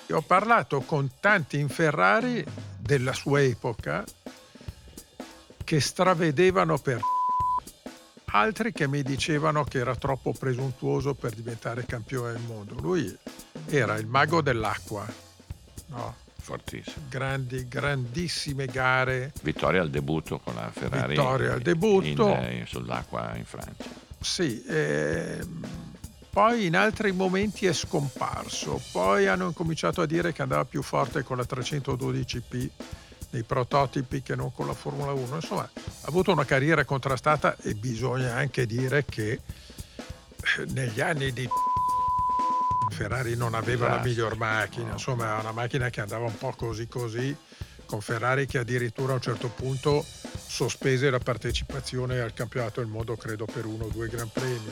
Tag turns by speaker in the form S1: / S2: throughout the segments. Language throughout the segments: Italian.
S1: Ho parlato con tanti in Ferrari della sua epoca che stravedevano per altri che mi dicevano che era troppo presuntuoso per diventare campione del mondo. Lui era il mago dell'acqua, no?
S2: Fortissimo.
S1: Grandissime gare.
S2: Vittoria al debutto con la Ferrari.
S1: Vittoria al debutto.
S2: Sull'acqua in Francia.
S1: Sì, poi in altri momenti è scomparso. Poi hanno cominciato a dire che andava più forte con la 312P nei prototipi che non con la Formula 1. Insomma, ha avuto una carriera contrastata e bisogna anche dire che negli anni di Ferrari non aveva la miglior macchina, insomma era una macchina che andava un po' così, con Ferrari che addirittura a un certo punto sospese la partecipazione al campionato del mondo, credo per 1 o 2 Gran Premi.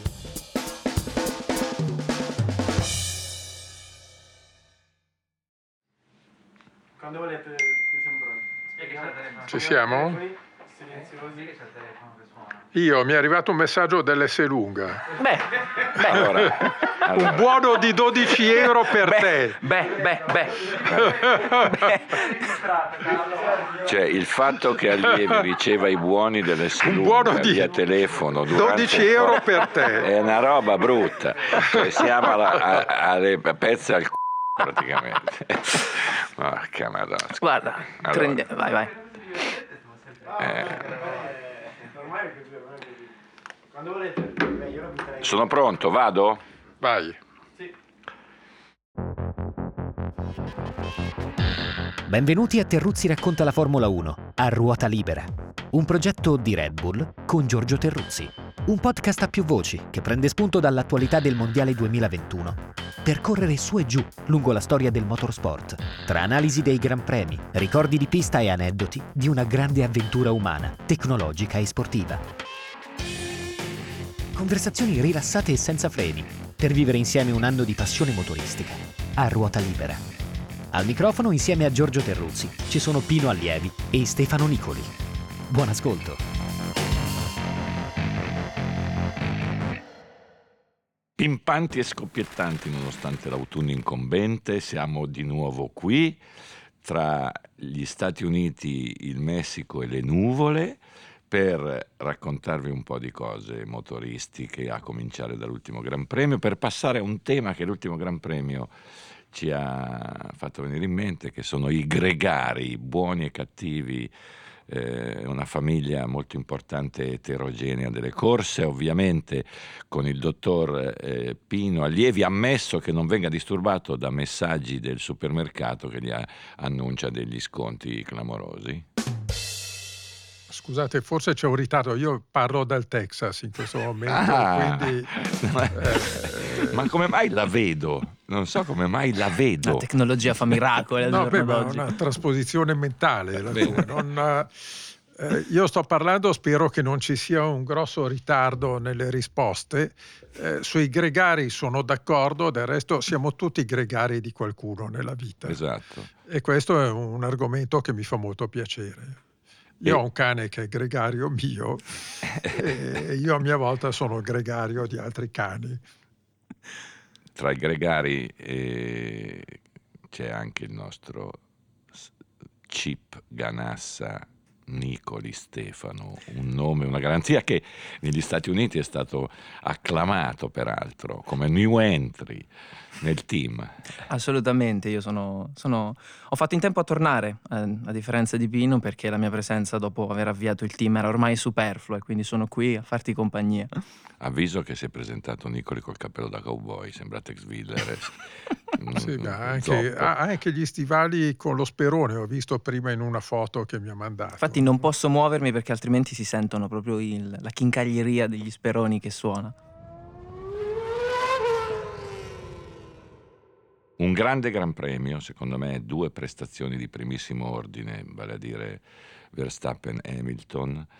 S3: Quando volete, siamo pronti.
S1: Ci siamo? Io mi è arrivato un messaggio dell'Esselunga.
S2: Allora.
S1: Un buono di 12 euro per te.
S2: Cioè il fatto che Allievi riceva i buoni delle
S1: buono di
S2: via telefono
S1: 12 euro per te
S2: è una roba brutta, cioè, siamo alle pezze al praticamente. Porca Madonna.
S4: Guarda,
S2: allora.
S4: vai.
S3: Quando volete.
S2: Sono pronto, vado?
S1: Vai.
S5: Benvenuti a Terruzzi racconta la Formula 1 a ruota libera, un progetto di Red Bull con Giorgio Terruzzi, un podcast a più voci che prende spunto dall'attualità del Mondiale 2021 per correre su e giù lungo la storia del motorsport, tra analisi dei gran premi, ricordi di pista e aneddoti di una grande avventura umana, tecnologica e sportiva. Conversazioni rilassate e senza freni per vivere insieme un anno di passione motoristica a ruota libera. Al microfono insieme a Giorgio Terruzzi ci sono Pino Allievi e Stefano Nicoli. Buon ascolto.
S2: Pimpanti e scoppiettanti nonostante l'autunno incombente, siamo di nuovo qui tra gli Stati Uniti, il Messico e le nuvole per raccontarvi un po' di cose motoristiche, a cominciare dall'ultimo Gran Premio, per passare a un tema che l'ultimo Gran Premio ci ha fatto venire in mente, che sono i gregari, buoni e cattivi, una famiglia molto importante eterogenea delle corse, ovviamente con il dottor Pino Allievi, ammesso che non venga disturbato da messaggi del supermercato che gli annuncia degli sconti clamorosi.
S1: Scusate, forse c'è un ritardo, io parlo dal Texas in questo momento, quindi...
S2: Ma come mai la vedo? Non so come mai la vedo.
S4: La tecnologia fa miracoli.
S1: No, ma è una trasposizione mentale. Io sto parlando, spero che non ci sia un grosso ritardo nelle risposte. Sui gregari sono d'accordo, del resto siamo tutti gregari di qualcuno nella vita.
S2: Esatto.
S1: E questo è un argomento che mi fa molto piacere. Io ho un cane che è gregario mio e io a mia volta sono gregario di altri cani.
S2: Tra i gregari c'è anche il nostro Chip Ganassa Nicoli Stefano, un nome, una garanzia che negli Stati Uniti è stato acclamato peraltro come new entry nel team.
S4: Assolutamente, io ho fatto in tempo a tornare, a differenza di Pino, perché la mia presenza dopo aver avviato il team era ormai superflua e quindi sono qui a farti compagnia.
S2: Avviso che si è presentato Nicoli col cappello da cowboy, sembra Tex Willer.
S1: Sì, anche gli stivali con lo sperone, ho visto prima in una foto che mi ha mandato.
S4: Infatti non posso muovermi perché altrimenti si sentono proprio la chincaglieria degli speroni che suona.
S2: Un grande Gran Premio, secondo me, 2 prestazioni di primissimo ordine, vale a dire Verstappen-Hamilton,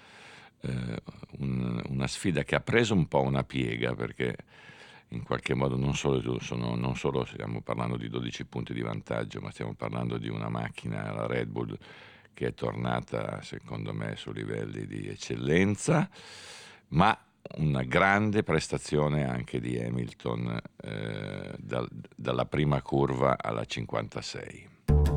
S2: una sfida che ha preso un po' una piega perché in qualche modo non solo stiamo parlando di 12 punti di vantaggio, ma stiamo parlando di una macchina, la Red Bull, che è tornata secondo me su livelli di eccellenza, ma una grande prestazione anche di Hamilton dalla prima curva alla 56.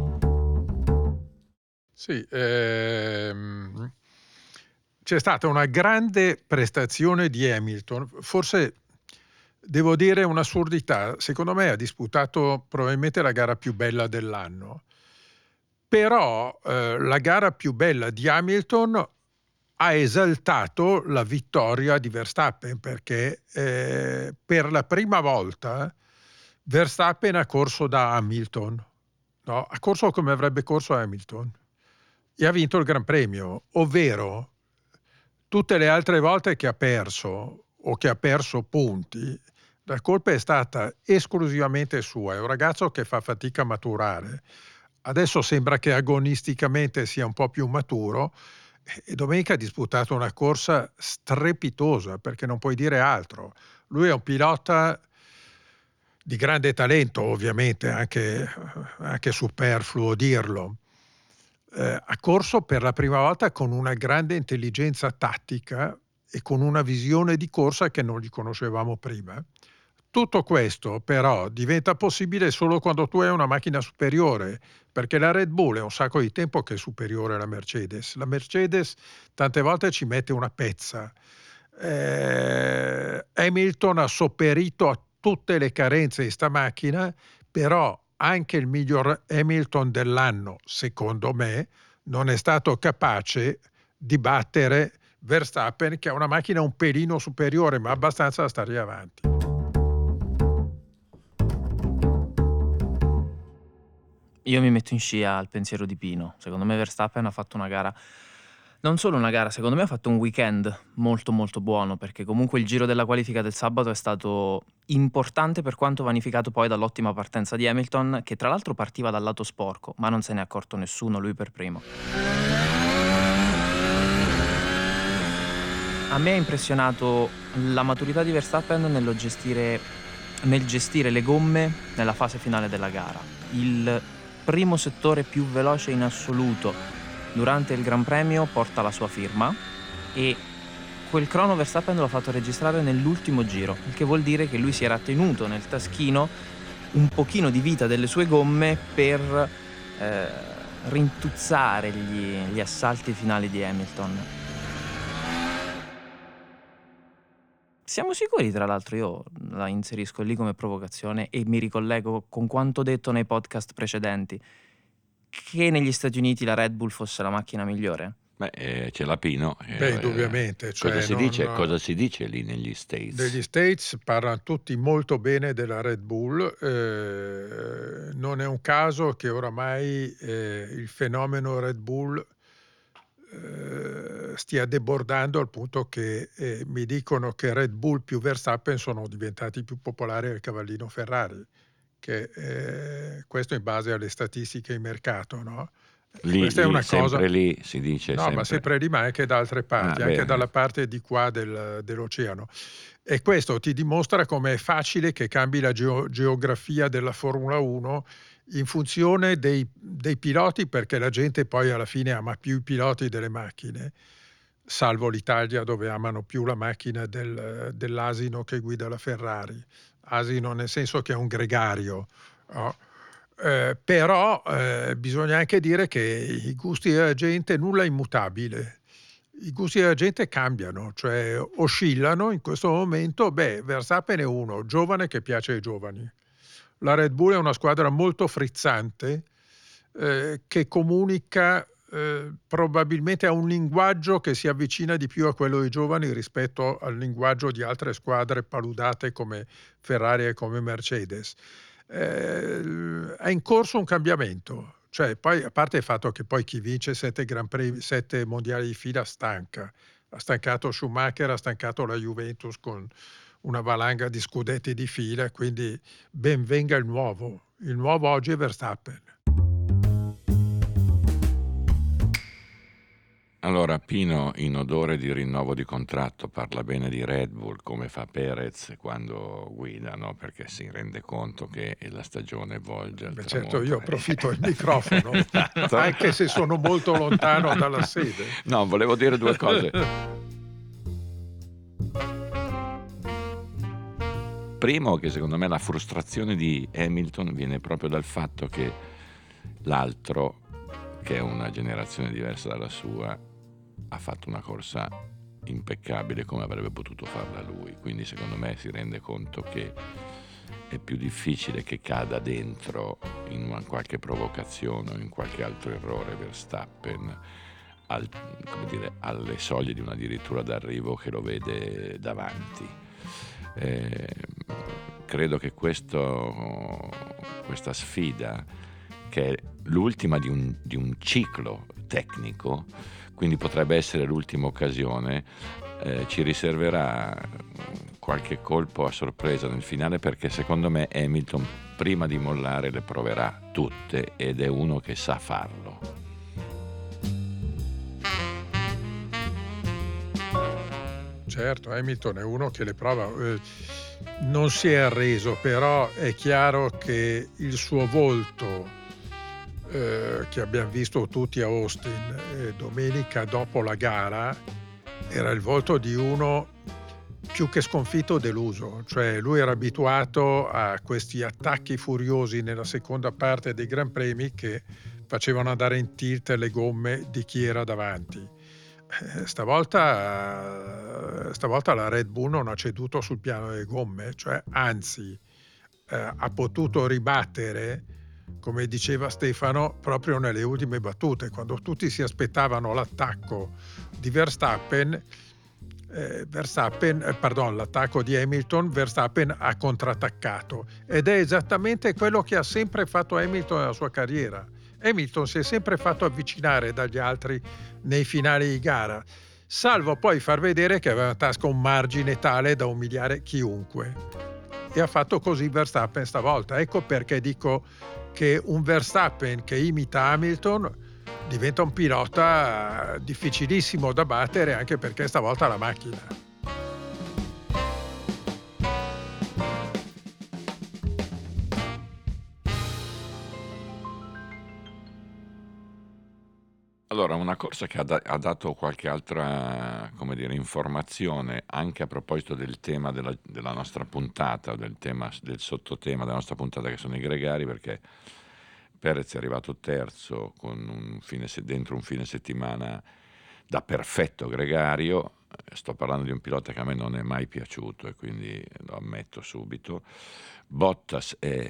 S1: Sì, c'è stata una grande prestazione di Hamilton, forse devo dire un'assurdità, secondo me ha disputato probabilmente la gara più bella dell'anno, però la gara più bella di Hamilton ha esaltato la vittoria di Verstappen, perché per la prima volta Verstappen ha corso da Hamilton, no? Ha corso come avrebbe corso Hamilton e ha vinto il Gran Premio, ovvero tutte le altre volte che ha perso o che ha perso punti, la colpa è stata esclusivamente sua. È un ragazzo che fa fatica a maturare, adesso sembra che agonisticamente sia un po' più maturo, e domenica ha disputato una corsa strepitosa, perché non puoi dire altro. Lui è un pilota di grande talento, ovviamente, anche superfluo dirlo. Ha corso per la prima volta con una grande intelligenza tattica e con una visione di corsa che non gli conoscevamo prima. Tutto questo però diventa possibile solo quando tu hai una macchina superiore, perché la Red Bull è un sacco di tempo che è superiore alla Mercedes. La Mercedes tante volte ci mette una pezza. Hamilton ha sopperito a tutte le carenze di sta macchina, però anche il miglior Hamilton dell'anno, secondo me, non è stato capace di battere Verstappen, che ha una macchina un pelino superiore, ma abbastanza da stare avanti.
S4: Io mi metto in scia al pensiero di Pino. Secondo me Verstappen ha fatto una gara, non solo una gara, secondo me ha fatto un weekend molto molto buono, perché comunque il giro della qualifica del sabato è stato importante, per quanto vanificato poi dall'ottima partenza di Hamilton, che tra l'altro partiva dal lato sporco, ma non se ne è accorto nessuno, lui per primo. A me ha impressionato la maturità di Verstappen nel gestire le gomme nella fase finale della gara. Il primo settore più veloce in assoluto durante il Gran Premio porta la sua firma, e quel crono Verstappen l'ha fatto registrare nell'ultimo giro, il che vuol dire che lui si era tenuto nel taschino un pochino di vita delle sue gomme per rintuzzare gli assalti finali di Hamilton. Siamo sicuri, tra l'altro, io la inserisco lì come provocazione e mi ricollego con quanto detto nei podcast precedenti, che negli Stati Uniti la Red Bull fosse la macchina migliore?
S2: Beh, c'è la Pino.
S1: Beh, indubbiamente.
S2: Cosa si dice lì negli States?
S1: Negli States parlano tutti molto bene della Red Bull. Non è un caso che oramai il fenomeno Red Bull stia debordando al punto che mi dicono che Red Bull più Verstappen sono diventati più popolari del cavallino Ferrari, che questo in base alle statistiche di mercato, no? Questa è una cosa,
S2: lì si dice
S1: no,
S2: sempre.
S1: ma sempre lì, ma anche da altre parti, anche dalla parte di qua dell'oceano. E questo ti dimostra come è facile che cambi la geografia della Formula 1 in funzione dei piloti, perché la gente poi alla fine ama più i piloti delle macchine, salvo l'Italia dove amano più la macchina dell'asino che guida la Ferrari. Asino nel senso che è un gregario, no? Però bisogna anche dire che i gusti della gente, nulla è immutabile. I gusti della gente cambiano, cioè oscillano. In questo momento, Verstappen è uno giovane che piace ai giovani. La Red Bull è una squadra molto frizzante, che comunica probabilmente a un linguaggio che si avvicina di più a quello dei giovani rispetto al linguaggio di altre squadre paludate come Ferrari e come Mercedes. È in corso un cambiamento, cioè poi, a parte il fatto che poi chi vince 7 mondiali di fila stanca, ha stancato Schumacher, ha stancato la Juventus con una valanga di scudetti di fila, quindi ben venga il nuovo oggi è Verstappen.
S2: Allora, Pino, in odore di rinnovo di contratto, parla bene di Red Bull, come fa Perez quando guida, no? Perché si rende conto che la stagione volge al tramonto.
S1: Certo, io approfitto del microfono, anche se sono molto lontano dalla sede.
S2: No, volevo dire due cose. Primo, che secondo me la frustrazione di Hamilton viene proprio dal fatto che l'altro, che è una generazione diversa dalla sua, ha fatto una corsa impeccabile come avrebbe potuto farla lui. Quindi secondo me si rende conto che è più difficile che cada dentro in una qualche provocazione o in qualche altro errore Verstappen alle soglie di una dirittura d'arrivo che lo vede davanti. Credo che questa sfida, che è l'ultima di un ciclo tecnico, quindi potrebbe essere l'ultima occasione, ci riserverà qualche colpo a sorpresa nel finale, perché secondo me Hamilton prima di mollare le proverà tutte ed è uno che sa farlo.
S1: Certo, Hamilton è uno che le prova, non si è arreso, però è chiaro che il suo volto, che abbiamo visto tutti a Austin domenica dopo la gara, era il volto di uno più che sconfitto, deluso. Cioè lui era abituato a questi attacchi furiosi nella seconda parte dei Gran Premi che facevano andare in tilt le gomme di chi era davanti. Stavolta la Red Bull non ha ceduto sul piano delle gomme, cioè anzi ha potuto ribattere, come diceva Stefano, proprio nelle ultime battute, quando tutti si aspettavano l'attacco di l'attacco di Hamilton. Verstappen ha contrattaccato ed è esattamente quello che ha sempre fatto Hamilton nella sua carriera. Hamilton si è sempre fatto avvicinare dagli altri nei finali di gara, salvo poi far vedere che aveva in tasca un margine tale da umiliare chiunque, e ha fatto così Verstappen stavolta. Ecco perché dico che un Verstappen che imita Hamilton diventa un pilota difficilissimo da battere, anche perché stavolta ha la macchina.
S2: Allora, una corsa che ha dato qualche altra, come dire, informazione anche a proposito del tema della nostra puntata, del sottotema della nostra puntata, che sono i gregari, perché Perez è arrivato terzo con dentro un fine settimana da perfetto gregario. Sto parlando di un pilota che a me non è mai piaciuto e quindi lo ammetto subito. Bottas è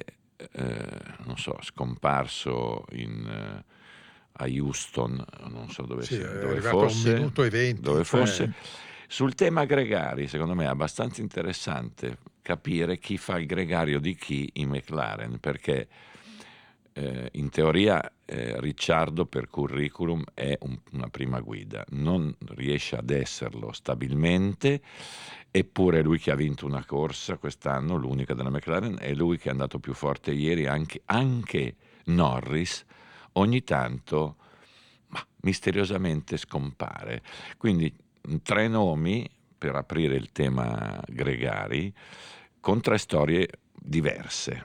S2: scomparso a Houston, non so dove fosse,
S1: 1 minuto e 20,
S2: dove fosse. Sul tema gregari, secondo me è abbastanza interessante capire chi fa il gregario di chi in McLaren, perché in teoria Ricciardo per curriculum è una prima guida, non riesce ad esserlo stabilmente, eppure è lui che ha vinto una corsa quest'anno, l'unica della McLaren, è lui che è andato più forte ieri. Anche Norris ogni tanto misteriosamente scompare. Quindi 3 nomi per aprire il tema gregari, con 3 storie diverse.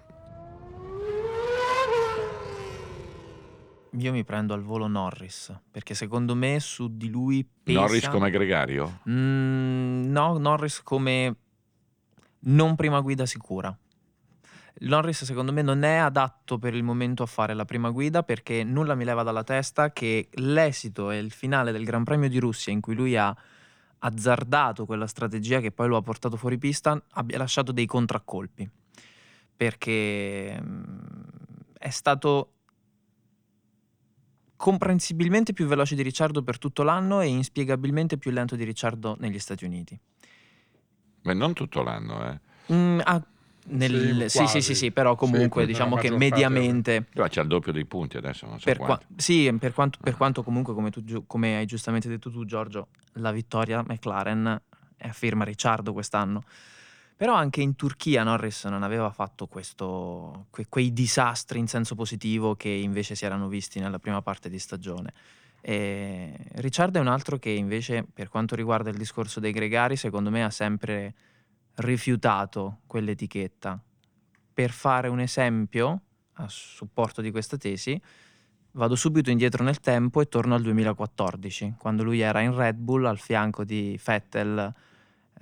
S4: Io mi prendo al volo Norris, perché secondo me su di lui pesa...
S2: Norris come gregario?
S4: No, Norris come non prima guida sicura. Norris secondo me non è adatto per il momento a fare la prima guida, perché nulla mi leva dalla testa che l'esito e il finale del Gran Premio di Russia, in cui lui ha azzardato quella strategia che poi lo ha portato fuori pista, abbia lasciato dei contraccolpi, perché è stato comprensibilmente più veloce di Ricciardo per tutto l'anno e inspiegabilmente più lento di Ricciardo negli Stati Uniti.
S2: Beh, non tutto l'anno,
S4: Sì, però comunque diciamo che mediamente...
S2: Però c'è il doppio dei punti adesso, non so
S4: per
S2: quanto.
S4: Comunque, come hai giustamente detto tu, Giorgio, la vittoria McLaren è a firma Ricciardo quest'anno. Però anche in Turchia Norris non aveva fatto quei disastri in senso positivo che invece si erano visti nella prima parte di stagione. E Ricciardo è un altro che invece, per quanto riguarda il discorso dei gregari, secondo me ha sempre rifiutato quell'etichetta. Per fare un esempio a supporto di questa tesi, vado subito indietro nel tempo e torno al 2014, quando lui era in Red Bull al fianco di Vettel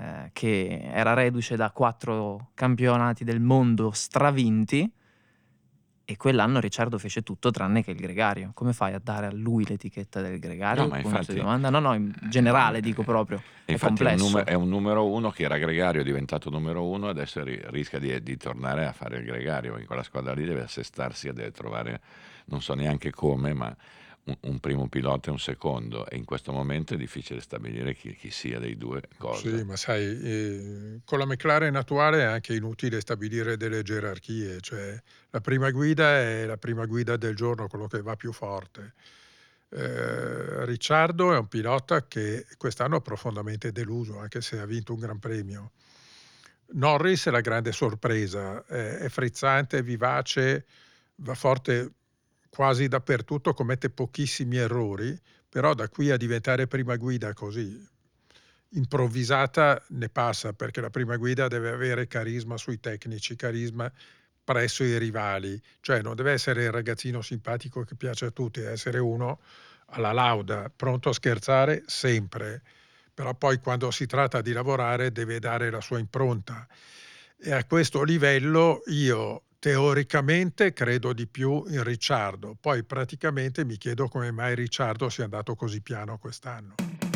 S4: che era reduce da 4 campionati del mondo stravinti, e quell'anno Ricciardo fece tutto tranne che il gregario. Come fai a dare a lui l'etichetta del gregario?
S2: No, ma
S4: Punto di
S2: infatti,
S4: domanda. No, in generale dico proprio, è
S2: infatti è un,
S4: complesso.
S2: è un numero uno che era gregario, è diventato numero uno, adesso rischia di tornare a fare il gregario. In quella squadra lì deve assestarsi e deve trovare, non so neanche come, ma un primo pilota e un secondo, e in questo momento è difficile stabilire chi sia dei due cosa.
S1: Sì, ma sai, con la McLaren attuale è anche inutile stabilire delle gerarchie, cioè la prima guida è la prima guida del giorno, quello che va più forte. Ricciardo è un pilota che quest'anno ha profondamente deluso, anche se ha vinto un Gran Premio. Norris è la grande sorpresa, è frizzante, è vivace, va forte quasi dappertutto, commette pochissimi errori, però da qui a diventare prima guida così improvvisata ne passa, perché la prima guida deve avere carisma sui tecnici, carisma presso i rivali, cioè non deve essere il ragazzino simpatico che piace a tutti, deve essere uno alla lauda, pronto a scherzare sempre, però poi quando si tratta di lavorare deve dare la sua impronta, e a questo livello io teoricamente credo di più in Ricciardo, poi praticamente mi chiedo come mai Ricciardo sia andato così piano quest'anno.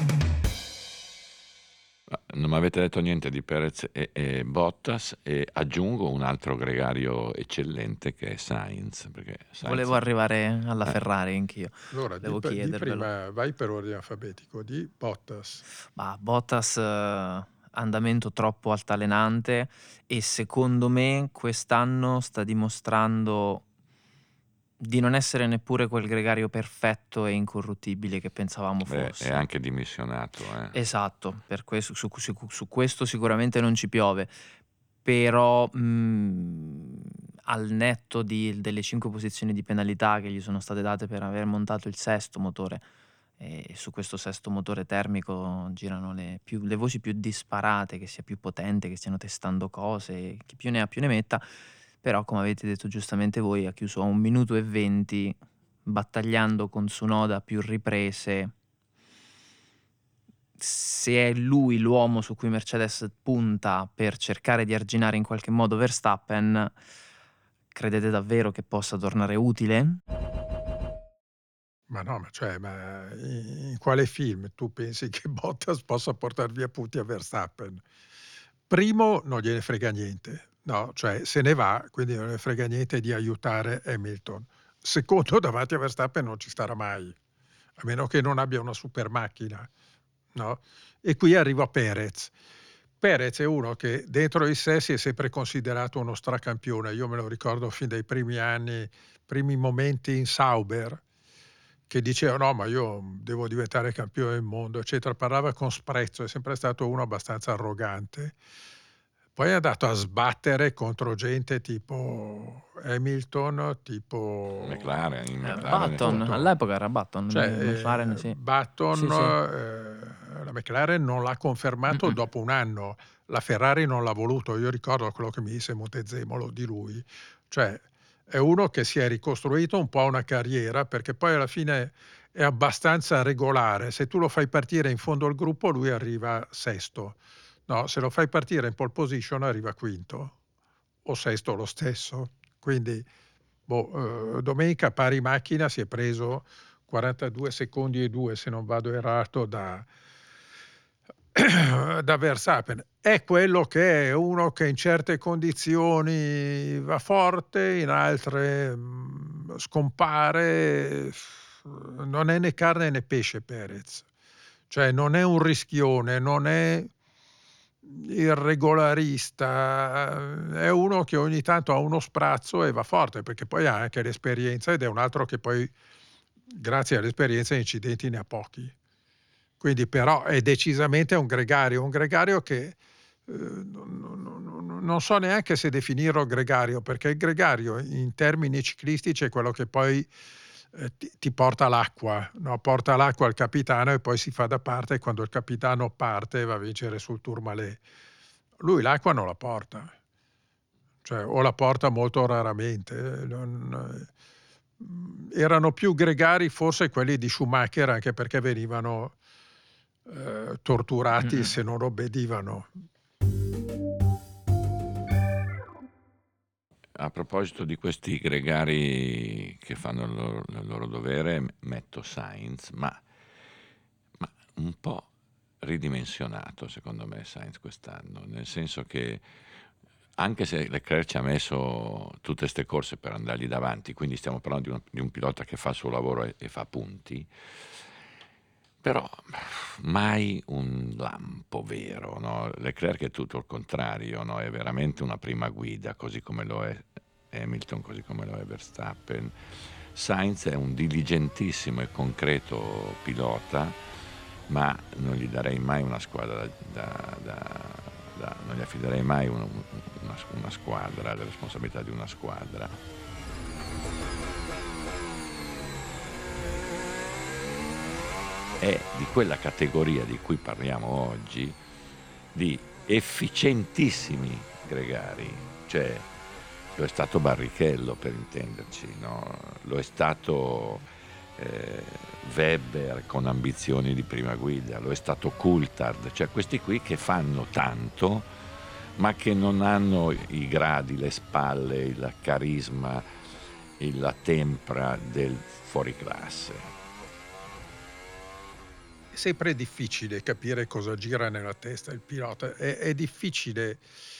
S2: Non mi avete detto niente di Perez e Bottas, e aggiungo un altro gregario eccellente che è Sainz, perché
S4: Volevo arrivare alla Ferrari anch'io.
S1: Allora,
S4: Devo
S1: di
S4: chiedervelo.
S1: prima, vai per ordine alfabetico, di Bottas.
S4: Ma Bottas, andamento troppo altalenante, e secondo me quest'anno sta dimostrando di non essere neppure quel gregario perfetto e incorruttibile che pensavamo fosse.
S2: È anche dimissionato.
S4: Esatto, per questo, su questo sicuramente non ci piove, però al netto delle 5 posizioni di penalità che gli sono state date per aver montato il sesto motore, e su questo sesto motore termico girano le voci più disparate, che sia più potente, che stiano testando cose, chi più ne ha più ne metta, però come avete detto giustamente voi ha chiuso a 1 minuto e 20 battagliando con Tsunoda a più riprese. Se è lui l'uomo su cui Mercedes punta per cercare di arginare in qualche modo Verstappen, credete davvero che possa tornare utile?
S1: Ma no, ma in quale film tu pensi che Bottas possa portar via punti a Verstappen? Primo, non gliene frega niente, no, cioè se ne va, quindi non ne frega niente di aiutare Hamilton. Secondo, davanti a Verstappen non ci starà mai, a meno che non abbia una super macchina, no? E qui arriva Perez. Perez è uno che dentro di sé si è sempre considerato uno stracampione. Io me lo ricordo fin dai primi anni, primi momenti in Sauber, che diceva no, ma io devo diventare campione del mondo, eccetera. Parlava con sprezzo, è sempre stato uno abbastanza arrogante. Poi è andato a sbattere contro gente tipo Hamilton, tipo
S2: McLaren,
S4: Button,
S1: appunto.
S4: all'epoca era Button,
S1: Cioè,
S4: McLaren, sì.
S1: Button,
S4: Sì, sì.
S1: la McLaren non l'ha confermato dopo un anno, la Ferrari non l'ha voluto. Io ricordo quello che mi disse Montezemolo di lui, cioè è uno che si è ricostruito un po' una carriera, perché poi alla fine è abbastanza regolare. Se tu lo fai partire in fondo al gruppo, lui arriva sesto. No, se lo fai partire in pole position arriva quinto o sesto lo stesso. Quindi domenica pari macchina si è preso 42 secondi e 2, se non vado errato, da Verstappen. È quello che è uno che in certe condizioni va forte, in altre scompare. Non è né carne né pesce Perez, cioè non è un rischione, non è il regolarista, è uno che ogni tanto ha uno sprazzo e va forte, perché poi ha anche l'esperienza, ed è un altro che poi grazie all'esperienza incidenti ne ha pochi. Quindi però è decisamente un gregario che non so neanche se definirlo gregario, perché il gregario in termini ciclistici è quello che poi ti porta l'acqua, no? Porta l'acqua al capitano e poi si fa da parte quando il capitano parte e va a vincere sul Tourmalet. Lui l'acqua non la porta, cioè, o la porta molto raramente. Erano più gregari forse quelli di Schumacher, anche perché venivano torturati se non obbedivano.
S2: A proposito di questi gregari che fanno il loro dovere, metto Sainz, ma un po' ridimensionato secondo me Sainz quest'anno, nel senso che anche se Leclerc ci ha messo tutte queste corse per andargli davanti, quindi stiamo parlando di un pilota che fa il suo lavoro e fa punti, però mai un lampo vero, no? Leclerc è tutto il contrario, no? È veramente una prima guida, così come lo è Hamilton, così come lo è Verstappen. Sainz è un diligentissimo e concreto pilota, ma non gli darei mai una squadra non gli affiderei mai una squadra, la responsabilità di una squadra. È di quella categoria di cui parliamo oggi, di efficientissimi gregari, cioè lo è stato Barrichello, per intenderci, no? Lo è stato Webber con ambizioni di prima guida, lo è stato Coulthard, cioè questi qui che fanno tanto ma che non hanno i gradi, le spalle, il carisma, la tempra del fuoriclasse.
S1: È sempre difficile capire cosa gira nella testa del pilota, è difficile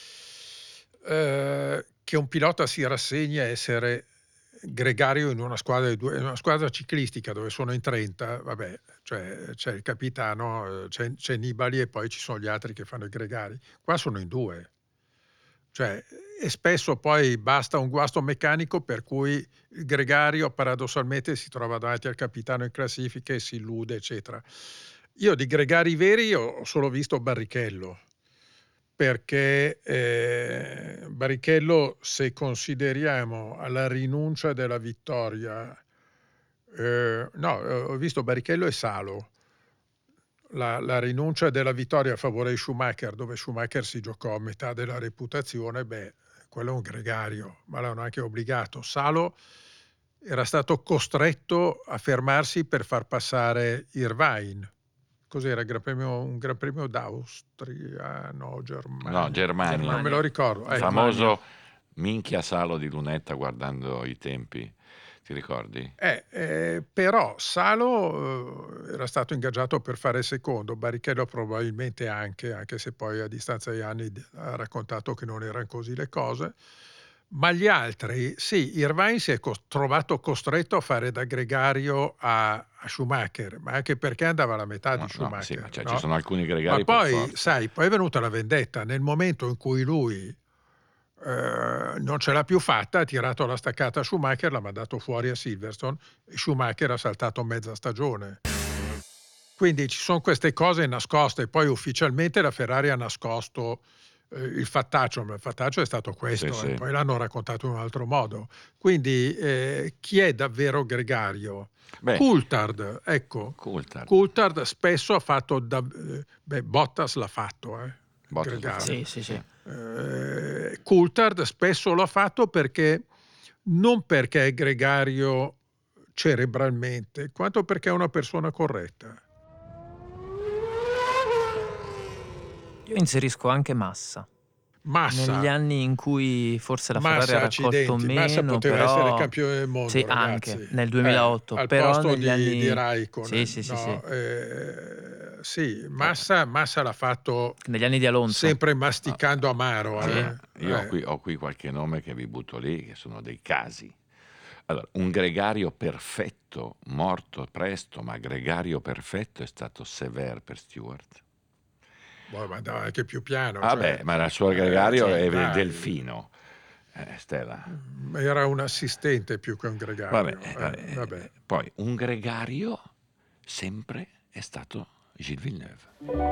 S1: che un pilota si rassegni a essere gregario in una squadra di due, in una squadra ciclistica dove sono in 30, vabbè, cioè c'è il capitano, c'è Nibali e poi ci sono gli altri che fanno i gregari. Qua sono in due. Cioè, e spesso poi basta un guasto meccanico per cui il gregario paradossalmente si trova davanti al capitano in classifica e si illude, eccetera. Io di gregari veri ho solo visto Barrichello, perché Barrichello, se consideriamo alla rinuncia della vittoria, ho visto Barrichello e Salo, la rinuncia della vittoria a favore di Schumacher, dove Schumacher si giocò a metà della reputazione, quello è un gregario, ma l'hanno anche obbligato. Salo era stato costretto a fermarsi per far passare Irvine. Cos'era? Un Gran Premio d'Austria? No, Germania.
S2: No, Germania.
S1: Non me lo ricordo.
S2: Il famoso minchia Salo di lunetta guardando i tempi. Ti ricordi?
S1: Però Salo era stato ingaggiato per fare secondo, Barrichello probabilmente anche se poi a distanza di anni ha raccontato che non erano così le cose. Ma gli altri, sì, Irvine si è trovato costretto a fare da gregario a Schumacher, ma anche perché andava alla metà di Schumacher.
S2: Sì, ma
S1: no?
S2: Ci sono alcuni gregari.
S1: Ma poi, sai, poi è venuta la vendetta. Nel momento in cui lui non ce l'ha più fatta, ha tirato la staccata a Schumacher, l'ha mandato fuori a Silverstone e Schumacher ha saltato mezza stagione. Quindi ci sono queste cose nascoste. Poi ufficialmente la Ferrari ha nascosto il fattaccio, ma il fattaccio è stato questo,
S2: Sì.
S1: Poi l'hanno raccontato in un altro modo. Quindi chi è davvero gregario? Coulthard, ecco. Coulthard spesso ha fatto Bottas l'ha fatto, gregario.
S4: Sì.
S1: Coulthard spesso l'ha fatto non perché è gregario cerebralmente, quanto perché è una persona corretta.
S4: Io inserisco anche Massa. Negli anni in cui forse la Ferrari ha raccolto meno,
S1: Massa poteva
S4: però
S1: essere campione del mondo,
S4: sì,
S1: ragazzi.
S4: Anche nel 2008,
S1: al
S4: però
S1: posto
S4: negli anni
S1: di Raikkonen.
S4: Sì.
S1: Massa l'ha fatto
S4: negli anni di Alonso,
S1: sempre masticando amaro.
S2: Io ho qui qualche nome che vi butto lì, che sono dei casi. Allora, un gregario perfetto, morto presto, ma gregario perfetto è stato Sever per Stewart.
S1: Ma andava anche più piano.
S2: Ma il suo gregario è il delfino. Stella.
S1: Era un assistente più che un gregario.
S2: Vabbè. Poi un gregario sempre è stato Gilles Villeneuve.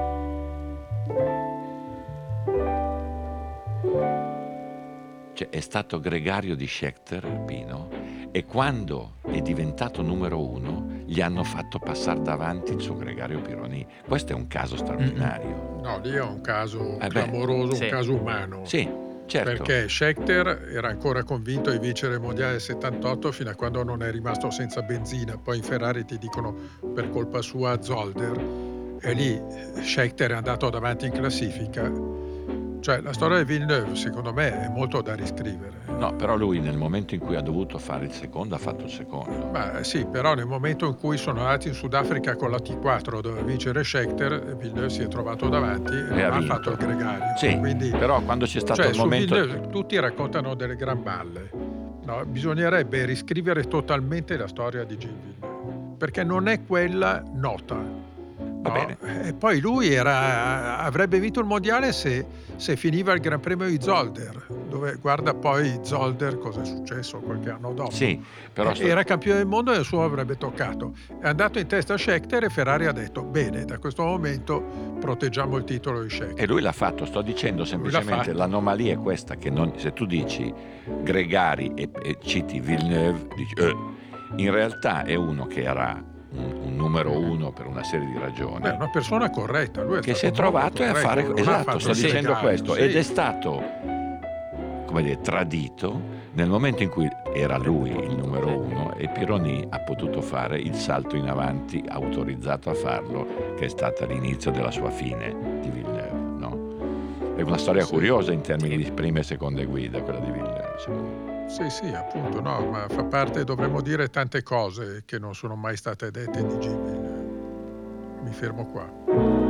S2: Cioè è stato gregario di Scheckter, Alpino, e quando è diventato numero 1 gli hanno fatto passare davanti il suo gregario Pironi. Questo è un caso straordinario.
S1: No, lì è un caso clamoroso, un caso umano.
S2: Sì, certo.
S1: Perché Scheckter era ancora convinto di vincere il mondiale del 78 fino a quando non è rimasto senza benzina. Poi in Ferrari ti dicono per colpa sua Zolder. e lì Scheckter è andato davanti in classifica. Cioè la storia di Villeneuve secondo me è molto da riscrivere.
S2: No, però lui nel momento in cui ha dovuto fare il secondo ha fatto il secondo.
S1: Ma sì, però nel momento in cui sono andati in Sudafrica con la T4 dove vincere Scheckter, Villeneuve si è trovato davanti e non ha fatto il gregario.
S2: Sì,
S1: quindi,
S2: però quando c'è stato il momento...
S1: Villeneuve, tutti raccontano delle gran balle. No, bisognerebbe riscrivere totalmente la storia di Gilles Villeneuve, perché non è quella nota.
S2: Va bene.
S1: E poi lui avrebbe vinto il mondiale se finiva il Gran Premio di Zolder, dove guarda poi Zolder cosa è successo qualche anno dopo.
S2: Sì, però
S1: era campione del mondo e il suo avrebbe toccato. È andato in testa a Scheckter e Ferrari ha detto bene, da questo momento proteggiamo il titolo di Scheckter.
S2: E lui l'ha fatto, sto dicendo semplicemente l'anomalia è questa, che se tu dici Gregari e citi Villeneuve, dici in realtà è uno che era un numero uno per una serie di ragioni.
S1: È una persona corretta, lui
S2: che si è trovato a fare esatto, sto dicendo questo, ed è stato, come dire, tradito nel momento in cui era lui il numero uno e Pironi ha potuto fare il salto in avanti autorizzato a farlo, che è stato l'inizio della sua fine di Villeneuve, no? È una storia curiosa in termini di prime e seconde guida, quella di Villeneuve, secondo me.
S1: Sì, appunto, no, ma fa parte, dovremmo dire tante cose che non sono mai state dette di Gilles. Mi fermo qua.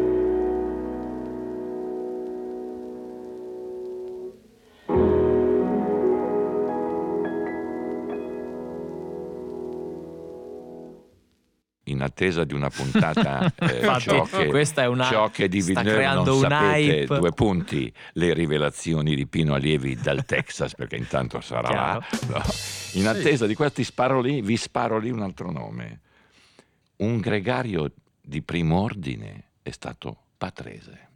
S2: In attesa di una puntata
S4: questa è una,
S2: ciò che di Villeneuve non sapete, 2 punti, le rivelazioni di Pino Allievi dal Texas, perché intanto sarà là. No. In attesa di questo vi sparo lì un altro nome. Un gregario di primo ordine è stato Patrese.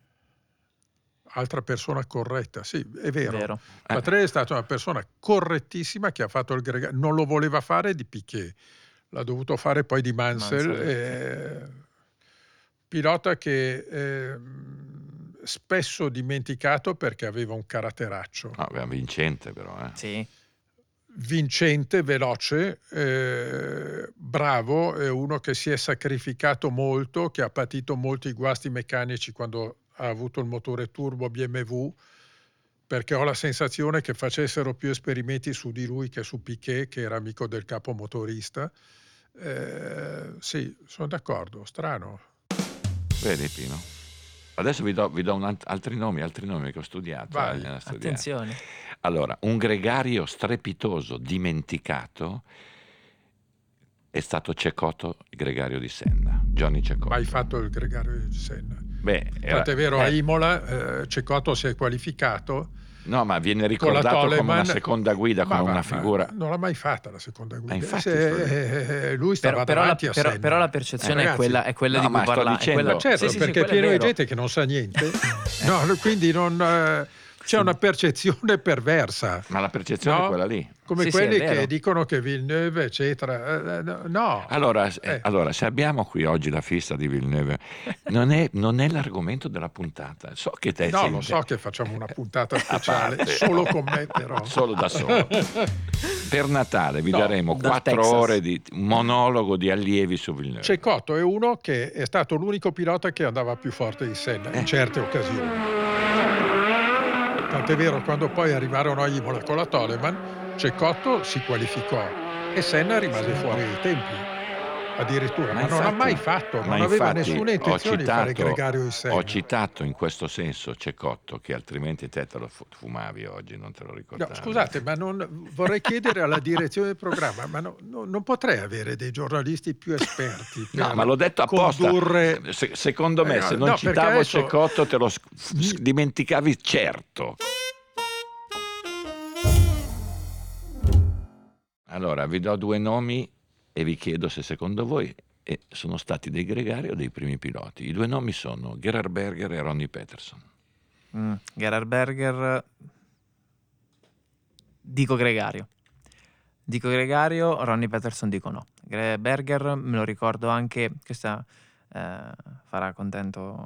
S1: Altra persona corretta, sì, è vero. Patrese è stata una persona correttissima che ha fatto il gregario, non lo voleva fare di Piquet. L'ha dovuto fare poi di Mansell. Pilota che spesso dimenticato perché aveva un caratteraccio.
S2: Aveva vincente però.
S4: Sì.
S1: Vincente, veloce, bravo, è uno che si è sacrificato molto, che ha patito molti guasti meccanici quando ha avuto il motore turbo BMW, perché ho la sensazione che facessero più esperimenti su di lui che su Piquet, che era amico del capo motorista. Sì, sono d'accordo, strano.
S2: Vedi Pino? Adesso vi do altri nomi che ho studiato.
S1: Vai.
S4: Attenzione.
S2: Allora, un gregario strepitoso, dimenticato, è stato Cecotto, il gregario di Senna, Johnny Cecotto.
S1: Mai fatto il gregario di Senna.
S2: È
S1: vero, a Imola Cecotto si è qualificato.
S2: No, ma viene ricordato come una seconda guida, come una figura.
S1: Non l'ha mai fatta la seconda guida.
S2: Infatti,
S1: lui stava davanti a Senna.
S4: Però la percezione è quella di cui parla.
S1: Certo, perché è pieno di gente che non sa niente. No, quindi non... C'è una percezione perversa.
S2: Ma la percezione è quella lì.
S1: Come quelli che dicono che Villeneuve, eccetera. No.
S2: Allora, se abbiamo qui oggi la fissa di Villeneuve, non è l'argomento della puntata. So che te
S1: No, lo so che facciamo una puntata speciale, solo con me però.
S2: Solo da solo. Per Natale vi daremo 4 ore di monologo di allievi su Villeneuve.
S1: Cecotto è uno che è stato l'unico pilota che andava più forte di Senna in certe occasioni. Tant'è vero, quando poi arrivarono a Imola con la Toleman, Cecotto si qualificò e Senna rimase fuori ai tempi. Addirittura, ma non ha mai fatto, non aveva nessuna intenzione di fare il gregario di Senna.
S2: Ho citato in questo senso Cecotto, che altrimenti te lo fumavi oggi, non te lo ricordavi.
S1: No, scusate, ma vorrei chiedere alla direzione del programma, ma non potrei avere dei giornalisti più esperti per
S2: no, ma l'ho detto apposta.
S1: Condurre...
S2: Secondo me, se non citavo adesso... Cecotto, te lo dimenticavi certo. Allora, vi do 2 nomi e vi chiedo se secondo voi sono stati dei gregari o dei primi piloti. I 2 nomi sono Gerhard Berger e Ronnie Peterson.
S4: Gerhard Berger, dico gregario, Ronnie Peterson dico no. Berger me lo ricordo anche, questa farà contento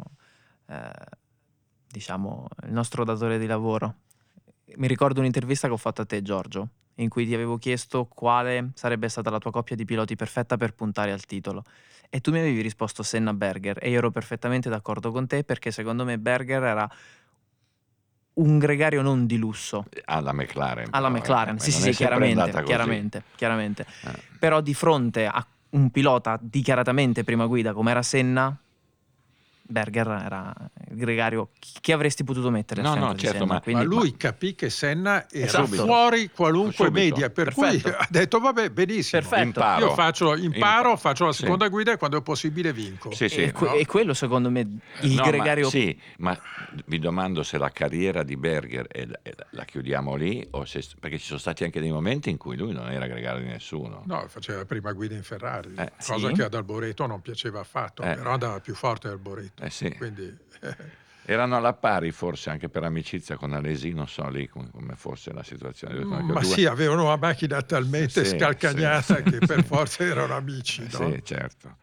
S4: diciamo il nostro datore di lavoro. Mi ricordo un'intervista che ho fatto a te, Giorgio, in cui ti avevo chiesto quale sarebbe stata la tua coppia di piloti perfetta per puntare al titolo. E tu mi avevi risposto Senna-Berger, e io ero perfettamente d'accordo con te, perché secondo me Berger era un gregario non di lusso.
S2: Alla McLaren.
S4: Alla
S2: però,
S4: McLaren,
S2: ma
S4: sì,
S2: non
S4: sì,
S2: è
S4: sì,
S2: sempre andata così.
S4: chiaramente. Però di fronte a un pilota dichiaratamente prima guida come era Senna, Berger era il gregario che avresti potuto mettere a
S2: No,
S4: fianco
S2: no,
S4: di
S2: certo,
S4: Senna.
S2: ma-
S4: Quindi,
S1: Ma lui capì che Senna era
S4: Esatto.
S1: fuori qualunque
S2: Subito.
S1: media, per
S4: Perfetto.
S1: cui ha detto vabbè, benissimo.
S4: Perfetto.
S1: Io imparo, faccio la
S2: Sì.
S1: seconda guida e quando è possibile vinco.
S2: Sì, sì.
S4: E quello secondo me il
S2: No,
S4: gregario.
S2: sì, ma mi domando se la carriera di Berger la chiudiamo lì, perché ci sono stati anche dei momenti in cui lui non era gregario di nessuno.
S1: No, faceva la prima guida in Ferrari, cosa
S4: Sì.
S1: che ad Alboreto non piaceva affatto, però andava più forte Alboreto.
S2: Sì.
S1: Quindi,
S2: Erano alla pari forse anche per amicizia con Alesi, non so lì come fosse la situazione.
S1: ma sì, avevano una macchina talmente
S2: Sì,
S1: scalcagnata
S2: sì.
S1: che per forza erano amici, no?
S2: Sì, certo.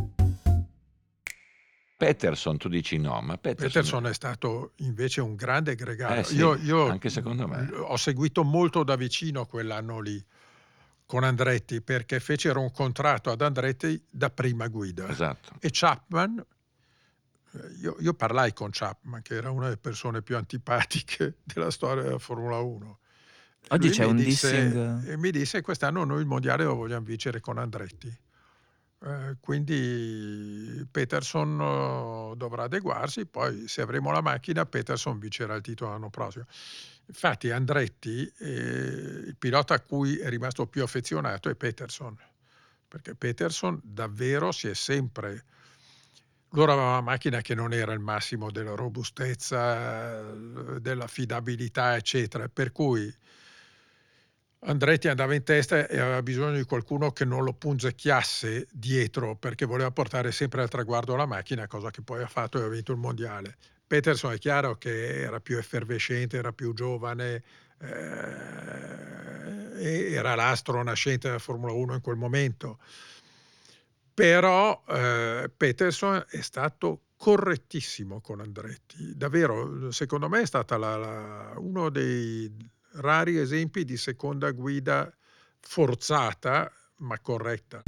S2: Peterson, tu dici no, ma
S1: Peterson è stato invece un grande gregario.
S2: Sì,
S1: io
S2: anche secondo me.
S1: ho seguito molto da vicino quell'anno lì con Andretti, perché fecero un contratto ad Andretti da prima guida.
S2: Esatto.
S1: E Chapman, io parlai con Chapman, che era una delle persone più antipatiche della storia della Formula 1.
S4: Oggi c'è un
S1: dissing.
S4: dissing.
S1: E mi disse: quest'anno noi il mondiale lo vogliamo vincere con Andretti. Quindi Peterson dovrà adeguarsi, poi se avremo la macchina Peterson vincerà il titolo l'anno prossimo. Infatti Andretti, il pilota a cui è rimasto più affezionato è Peterson, perché Peterson davvero si è sempre... Loro avevano una macchina che non era il massimo della robustezza, dell'affidabilità, eccetera, per cui Andretti andava in testa e aveva bisogno di qualcuno che non lo punzecchiasse dietro, perché voleva portare sempre al traguardo la macchina, cosa che poi ha fatto e ha vinto il mondiale. Peterson è chiaro che era più effervescente, era più giovane, e era l'astro nascente della Formula 1 in quel momento. Però Peterson è stato correttissimo con Andretti, davvero, secondo me è stata uno dei rari esempi di seconda guida forzata ma corretta.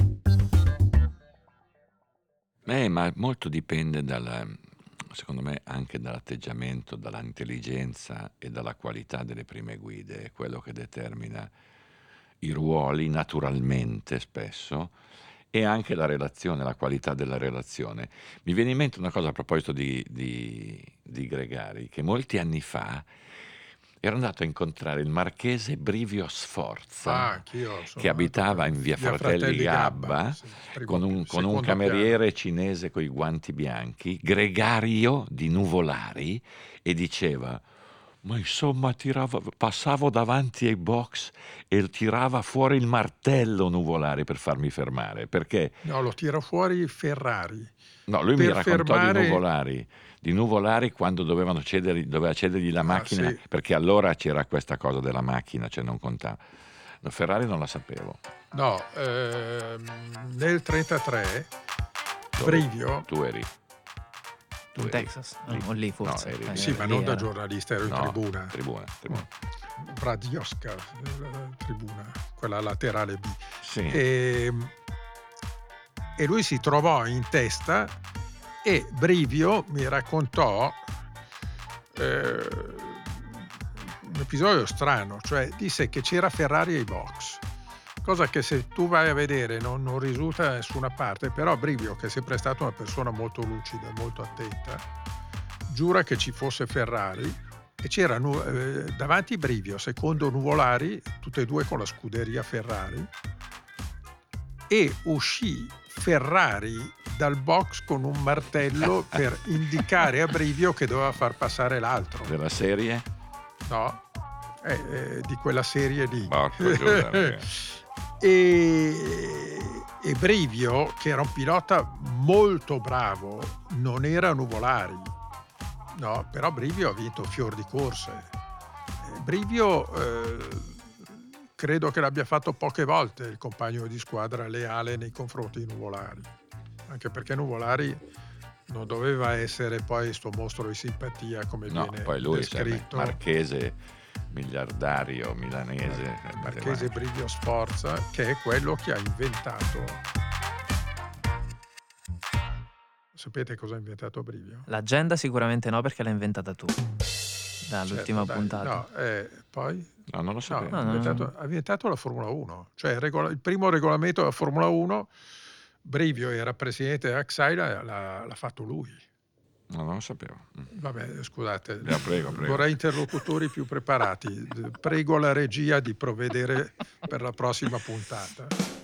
S2: Ma molto dipende secondo me anche dall'atteggiamento, dall'intelligenza e dalla qualità delle prime guide, è quello che determina i ruoli naturalmente spesso, e anche la relazione, la qualità della relazione. Mi viene in mente una cosa a proposito di gregari, che molti anni fa ero andato a incontrare il marchese Brivio Sforza, che abitava in via Fratelli Gabba, sì, con un cameriere cinese coi guanti bianchi, gregario di nuvolari, e diceva: ma insomma passavo davanti ai box e tirava fuori il martello Nuvolari per farmi fermare, perché...
S1: No, lo tira fuori Ferrari.
S2: No, lui mi raccontò di Nuvolari quando doveva cedergli la macchina,
S1: sì.
S2: Perché allora c'era questa cosa della macchina, cioè non contava. No, Ferrari non la sapevo.
S1: No, nel 1933 Brivio...
S2: Tu eri...
S4: In Texas? O lì forse?
S2: No,
S1: sì, ma non da giornalista, ero in tribuna.
S2: Tribuna.
S1: Bradioska, tribuna, quella laterale B.
S2: Sì.
S1: E lui si trovò in testa e Brivio mi raccontò un episodio strano, cioè disse che c'era Ferrari ai box, cosa che se tu vai a vedere non risulta da nessuna parte, però Brivio, che è sempre stata una persona molto lucida, molto attenta, giura che ci fosse Ferrari e c'era davanti Brivio, secondo Nuvolari, tutte e due con la scuderia Ferrari, e uscì Ferrari dal box con un martello per indicare a Brivio che doveva far passare l'altro.
S2: Della serie?
S1: No, di quella serie lì. E Brivio, che era un pilota molto bravo, non era Nuvolari, no, però Brivio ha vinto fior di corse. Brivio credo che l'abbia fatto poche volte il compagno di squadra leale nei confronti di Nuvolari, anche perché Nuvolari non doveva essere poi sto mostro di simpatia come viene
S2: poi lui
S1: descritto.
S2: Marchese miliardario milanese.
S1: Marchese Brivio Sforza, che è quello che ha inventato. Sapete cosa ha inventato Brivio?
S4: L'agenda sicuramente no, perché l'hai inventata tu dall'ultima
S1: Certo, dai,
S4: puntata.
S1: No, poi?
S2: No, non lo sapevo.
S1: Ha inventato la Formula 1, cioè il primo regolamento della Formula 1. Brivio era presidente dell'AXAI, l'ha fatto lui.
S2: No, non lo sapevo.
S1: Vabbè, scusate,
S2: Prego.
S1: vorrei interlocutori più preparati. Prego la regia di provvedere per la prossima puntata.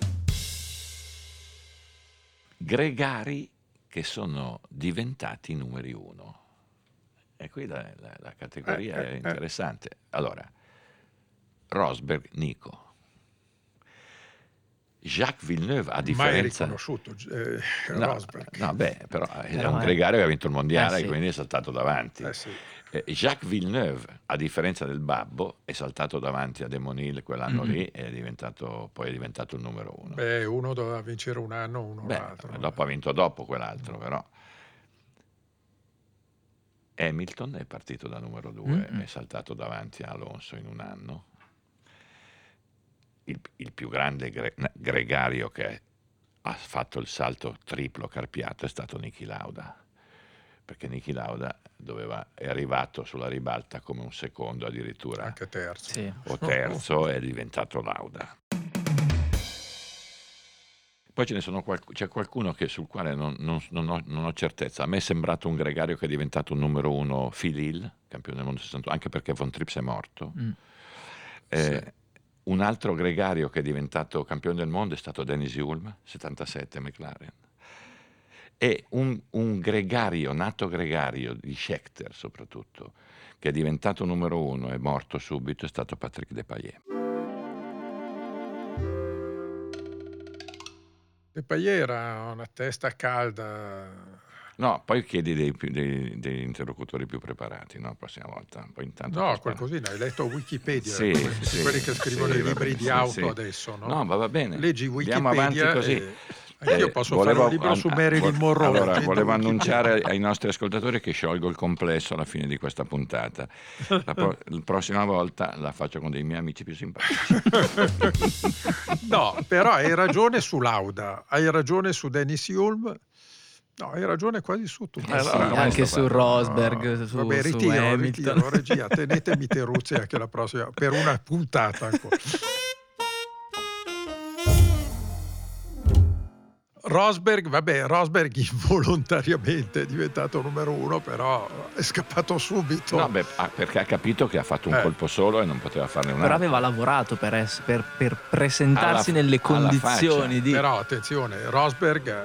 S2: Gregari che sono diventati numeri 1. E qui la categoria è interessante. Allora, Rosberg, Nico. Jacques Villeneuve, a differenza...
S1: Mai riconosciuto Rosberg.
S2: No, però è un gregario che ha vinto il mondiale,
S4: sì.
S2: quindi è saltato davanti.
S1: Sì.
S2: Jacques Villeneuve, a differenza del babbo, è saltato davanti a Demonil quell'anno lì e poi è diventato il numero 1.
S1: Uno doveva vincere un anno, uno l'altro.
S2: Dopo ha vinto dopo quell'altro, però. Hamilton è partito da numero 2, è saltato davanti a Alonso in un anno. Il più grande gregario che ha fatto il salto triplo carpiato è stato Niki Lauda, perché Niki Lauda è arrivato sulla ribalta come un secondo addirittura,
S1: Anche terzo.
S4: Sì.
S2: o terzo, è diventato Lauda. Poi c'è qualcuno sul quale non ho certezza. A me è sembrato un gregario che è diventato un numero 1, Phil Hill, campione del mondo 61, anche perché Von Trips è morto. Un altro gregario che è diventato campione del mondo è stato Dennis Hulme, 77, McLaren. E un gregario, nato gregario di Scheckter soprattutto, che è diventato numero 1 e morto subito, è stato Patrick Depailler.
S1: Depailler era una testa calda.
S2: No, poi chiedi dei interlocutori più preparati, no? La prossima volta. Poi intanto
S1: No, qualcosina, hai letto Wikipedia,
S2: Sì,
S1: quelli che scrivono i libri di auto adesso, no?
S2: No, va bene.
S1: Leggi
S2: Andiamo avanti
S1: Wikipedia
S2: così.
S1: Anch'io posso fare un libro su Marilyn Monroe.
S2: Allora, volevo annunciare ai nostri ascoltatori che sciolgo il complesso alla fine di questa puntata. La prossima volta la faccio con dei miei amici più simpatici.
S1: No, però hai ragione su Lauda, hai ragione su Dennis Hulme. No, hai ragione quasi su tutto.
S4: Anche su Rosberg, su
S1: Ritiro, regia, tenetemi Teruzzi anche la prossima, per una puntata ancora. Rosberg involontariamente è diventato numero 1, però è scappato subito.
S2: No, perché ha capito che ha fatto un colpo solo e non poteva farne un altro.
S4: Però aveva lavorato per presentarsi nelle condizioni di...
S1: Però attenzione, Rosberg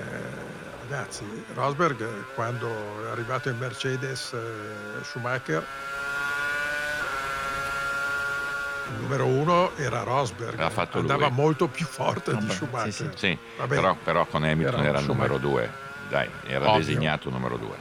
S1: quando è arrivato in Mercedes Schumacher, il numero 1 era Rosberg, andava molto più forte di Schumacher.
S2: Sì. Però con Hamilton era il numero 2, dai, era ovvio. Designato numero 2.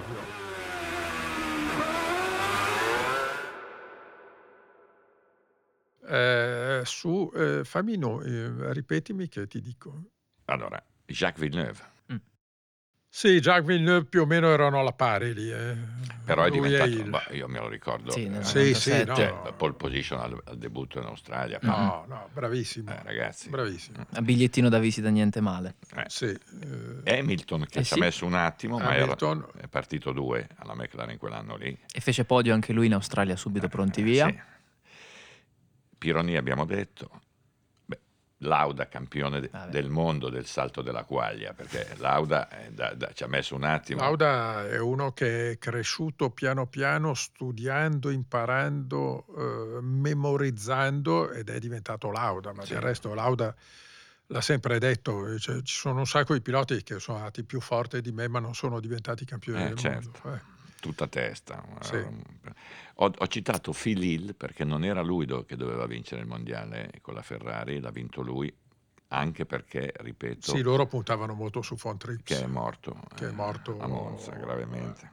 S1: Ovvio. Fammi ripetimi che ti dico.
S2: Allora, Jacques Villeneuve.
S1: Sì, Jacques Villeneuve più o meno erano alla pari lì.
S2: Però è diventato, io me lo ricordo,
S4: sì,
S2: pole position al debutto in Australia.
S1: No, bravissimo.
S2: Ragazzi.
S1: Bravissimo.
S4: A bigliettino da visita niente male.
S1: Sì.
S2: Hamilton che ci ha messo un attimo, ma è partito 2 alla McLaren quell'anno lì.
S4: E fece podio anche lui in Australia, subito pronti via.
S2: Sì. Pironi abbiamo detto. Lauda campione del mondo del salto della quaglia, perché Lauda ci ha messo un attimo.
S1: Lauda è uno che è cresciuto piano piano studiando, imparando, memorizzando, ed è diventato Lauda, ma del resto Lauda l'ha sempre detto, ci sono un sacco di piloti che sono andati più forti di me ma non sono diventati campioni del mondo.
S2: Tutta testa.
S1: Sì.
S2: Ho citato Phil Hill perché non era lui che doveva vincere il mondiale con la Ferrari, l'ha vinto lui, anche perché, ripeto...
S1: Sì, loro puntavano molto su Von Trips.
S2: Che è morto a Monza, gravemente.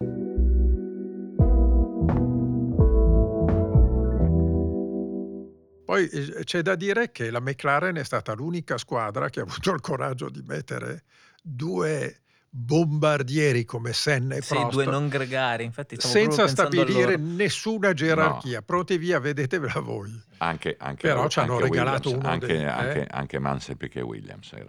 S1: Poi c'è da dire che la McLaren è stata l'unica squadra che ha avuto il coraggio di mettere 2 bombardieri come Senna e
S4: Sì,
S1: Prost,
S4: due non gregari, infatti stavo proprio
S1: senza
S4: pensando a
S1: stabilire
S4: loro.
S1: nessuna gerarchia, pronti via, vedetevela voi.
S2: Anche
S1: Però ci hanno
S2: anche
S1: regalato
S2: Williams,
S1: uno dei...
S2: anche Mansell più che Williams era.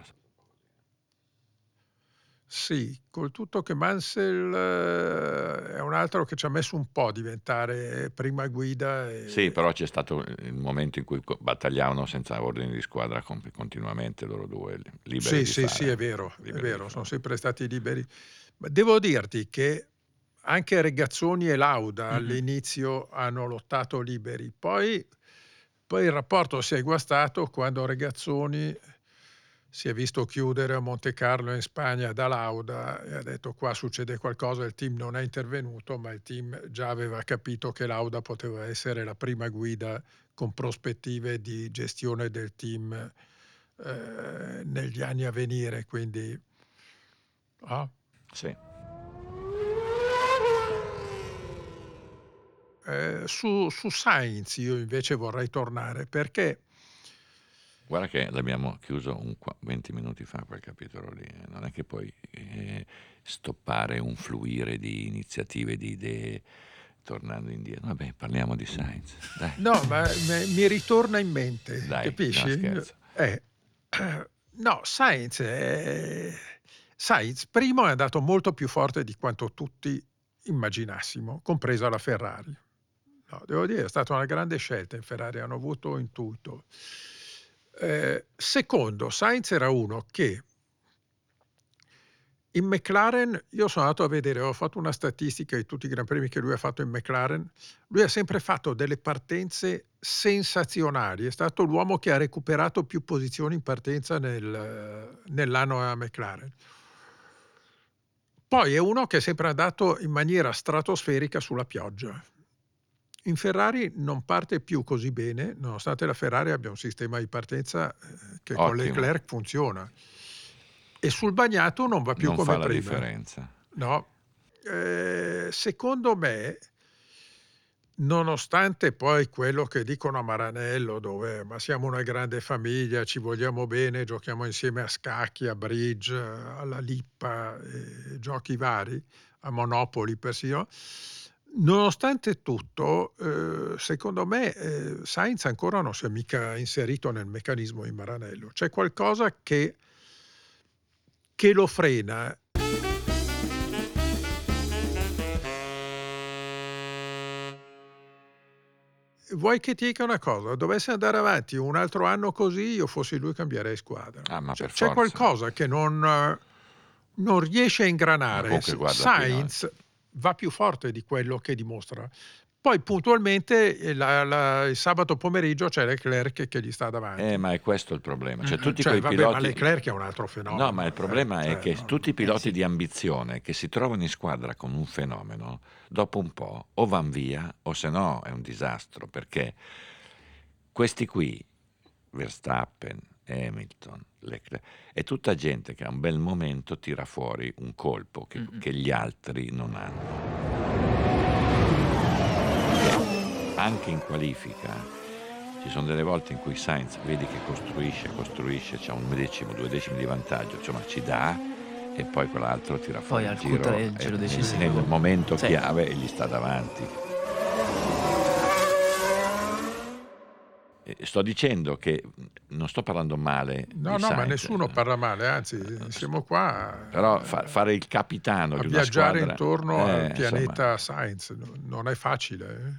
S1: Sì, col tutto che Mansell è un altro che ci ha messo un po' a diventare prima guida.
S2: Sì, però c'è stato il momento in cui battagliavano senza ordini di squadra continuamente loro due, liberi di fare.
S1: Sì, è vero, sono sempre stati liberi. Ma devo dirti che anche Regazzoni e Lauda all'inizio hanno lottato liberi, poi il rapporto si è guastato quando Regazzoni si è visto chiudere a Monte Carlo in Spagna da Lauda e ha detto qua succede qualcosa, il team non è intervenuto, ma il team già aveva capito che Lauda poteva essere la prima guida con prospettive di gestione del team negli anni a venire, quindi
S2: Sì.
S1: su Sainz io invece vorrei tornare perché
S2: Guarda che l'abbiamo chiuso 20 minuti fa quel capitolo lì, non è che puoi stoppare un fluire di iniziative, di idee tornando indietro. Vabbè, parliamo di Sainz, dai.
S1: no, ma mi ritorna in mente,
S2: Dai,
S1: capisci?
S2: no, scherzo.
S1: No, Sainz primo è andato molto più forte di quanto tutti immaginassimo, compresa la Ferrari. No, devo dire, è stata una grande scelta in Ferrari, hanno avuto intuito. Secondo, Sainz era uno che in McLaren, io sono andato a vedere, ho fatto una statistica di tutti i Gran Premi che lui ha fatto in McLaren, lui ha sempre fatto delle partenze sensazionali, è stato l'uomo che ha recuperato più posizioni in partenza nell'anno a McLaren. Poi è uno che è sempre andato in maniera stratosferica sulla pioggia. In Ferrari non parte più così bene, nonostante la Ferrari abbia un sistema di partenza che
S2: Ottimo.
S1: con Leclerc funziona. E sul bagnato non va più
S2: Non
S1: come
S2: fa la
S1: prima.
S2: differenza.
S1: No. Secondo me, nonostante poi quello che dicono a Maranello, dove ma siamo una grande famiglia, ci vogliamo bene, giochiamo insieme a scacchi, a bridge, alla lippa, giochi vari, a Monopoli persino, nonostante tutto, secondo me Sainz ancora non si è mica inserito nel meccanismo di Maranello. C'è qualcosa che lo frena. Vuoi che ti dica una cosa? Dovesse andare avanti un altro anno così, io fossi lui cambierei squadra.
S2: Ma per
S1: C'è
S2: forza.
S1: qualcosa che non riesce a ingranare.
S2: Comunque, guarda,
S1: Sainz va più forte di quello che dimostra. Poi puntualmente il sabato pomeriggio c'è Leclerc che gli sta davanti.
S2: Ma è questo il problema. Cioè, tutti quei
S1: vabbè,
S2: piloti...
S1: ma Leclerc è un altro fenomeno.
S2: No, ma il problema è che
S1: no.
S2: tutti i piloti di ambizione che si trovano in squadra con un fenomeno, dopo un po' o van via o se no è un disastro, perché questi qui, Verstappen, Hamilton, Leclerc, è tutta gente che a un bel momento tira fuori un colpo che gli altri non hanno. Anche in qualifica ci sono delle volte in cui Sainz vedi che costruisce, c'ha 1 decimo, 2 decimi di vantaggio, insomma ci dà, e poi quell'altro tira fuori
S4: Poi
S2: il
S4: al
S2: giro,
S4: il giro decisivo.
S2: nel momento
S4: Sì.
S2: chiave, e gli sta davanti. Sto dicendo che non sto parlando male
S1: No,
S2: di
S1: ma
S2: Sainz,
S1: nessuno parla male, anzi siamo qua
S2: però fare il capitano
S1: a
S2: di una
S1: viaggiare
S2: squadra
S1: intorno al pianeta
S2: insomma,
S1: Sainz, non è facile.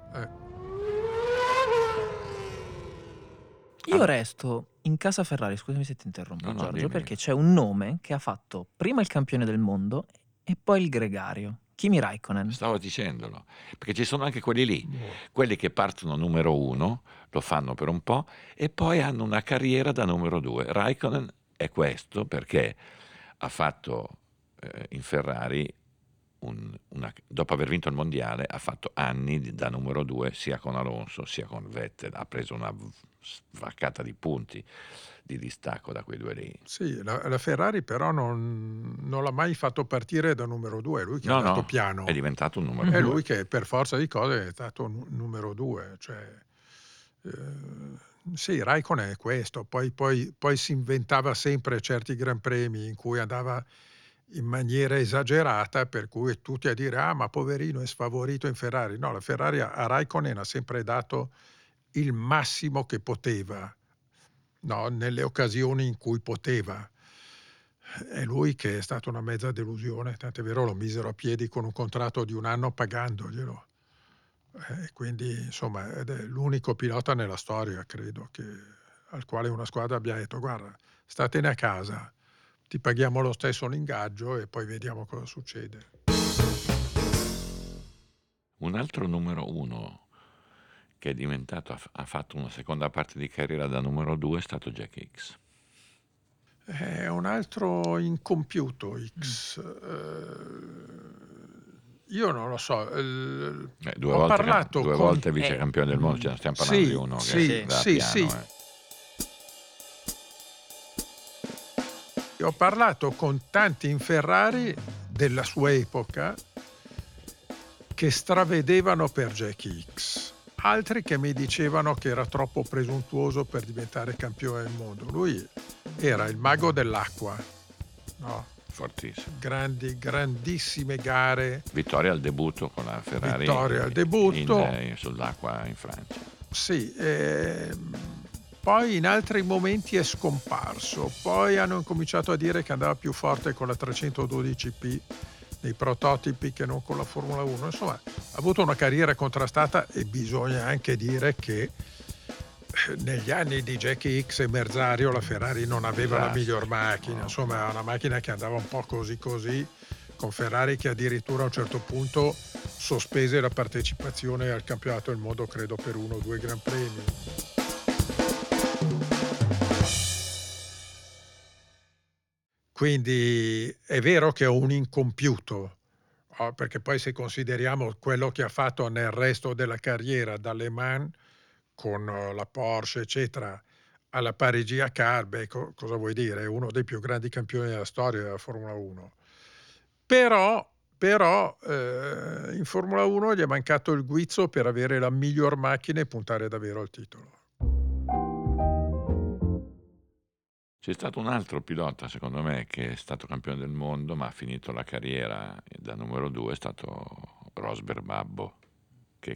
S4: Io resto in casa Ferrari, scusami se ti interrompo,
S2: No,
S4: Giorgio,
S2: dimmi.
S4: perché c'è un nome che ha fatto prima il campione del mondo e poi il gregario, Kimi Raikkonen.
S2: Stavo dicendolo, perché ci sono anche quelli lì, quelli che partono numero 1, lo fanno per un po' e poi hanno una carriera da numero 2. Raikkonen è questo perché ha fatto in Ferrari, dopo aver vinto il mondiale, ha fatto anni da numero 2 sia con Alonso sia con Vettel, ha preso una svaccata di punti di distacco da quei due lì.
S1: Sì, la Ferrari però non l'ha mai fatto partire da numero 2, è lui che è andato piano.
S2: È diventato un numero 2.
S1: È lui che per forza di cose è stato numero 2. Cioè, sì, Raikkonen è questo, poi si inventava sempre certi gran premi in cui andava in maniera esagerata, per cui tutti a dire ma poverino è sfavorito in Ferrari. No, la Ferrari a Raikkonen ha sempre dato il massimo che poteva, no, nelle occasioni in cui poteva. È lui che è stata una mezza delusione, tant'è vero lo misero a piedi con un contratto di 1 anno pagandoglielo. Quindi insomma ed è l'unico pilota nella storia, credo, al quale una squadra abbia detto guarda, statene a casa, ti paghiamo lo stesso l'ingaggio e poi vediamo cosa succede.
S2: Un altro numero 1 che è diventato, ha fatto una seconda parte di carriera da numero 2 è stato Jack Hicks.
S1: È un altro incompiuto X. Io non lo so. Ho parlato
S2: due
S1: con...
S2: volte vicecampione del mondo, cioè stiamo parlando di uno che va piano.
S1: Ho parlato con tanti in Ferrari della sua epoca che stravedevano per Jack Hicks, altri che mi dicevano che era troppo presuntuoso per diventare campione del mondo. Lui era il mago dell'acqua, no?
S2: Fortissimo.
S1: Grandissime gare.
S2: Vittoria al debutto con la Ferrari.
S1: Vittoria al debutto.
S2: Sull'acqua in Francia.
S1: Sì, poi in altri momenti è scomparso. Poi hanno incominciato a dire che andava più forte con la 312P nei prototipi che non con la Formula 1. Insomma, ha avuto una carriera contrastata e bisogna anche dire che negli anni di Jack Hicks e Merzario la Ferrari non aveva la miglior macchina, insomma era una macchina che andava un po' così, con Ferrari che addirittura a un certo punto sospese la partecipazione al campionato del mondo, credo per 1 o 2 Gran Premi. Quindi è vero che è un incompiuto, perché poi se consideriamo quello che ha fatto nel resto della carriera, da Le Mans con la Porsche eccetera alla Parigi-Dakar, cosa vuoi dire? È uno dei più grandi campioni della storia della Formula 1. Però in Formula 1 gli è mancato il guizzo per avere la miglior macchina e puntare davvero al titolo.
S2: C'è stato un altro pilota, secondo me, che è stato campione del mondo, ma ha finito la carriera da numero 2, è stato Rosberg Babbo. Che?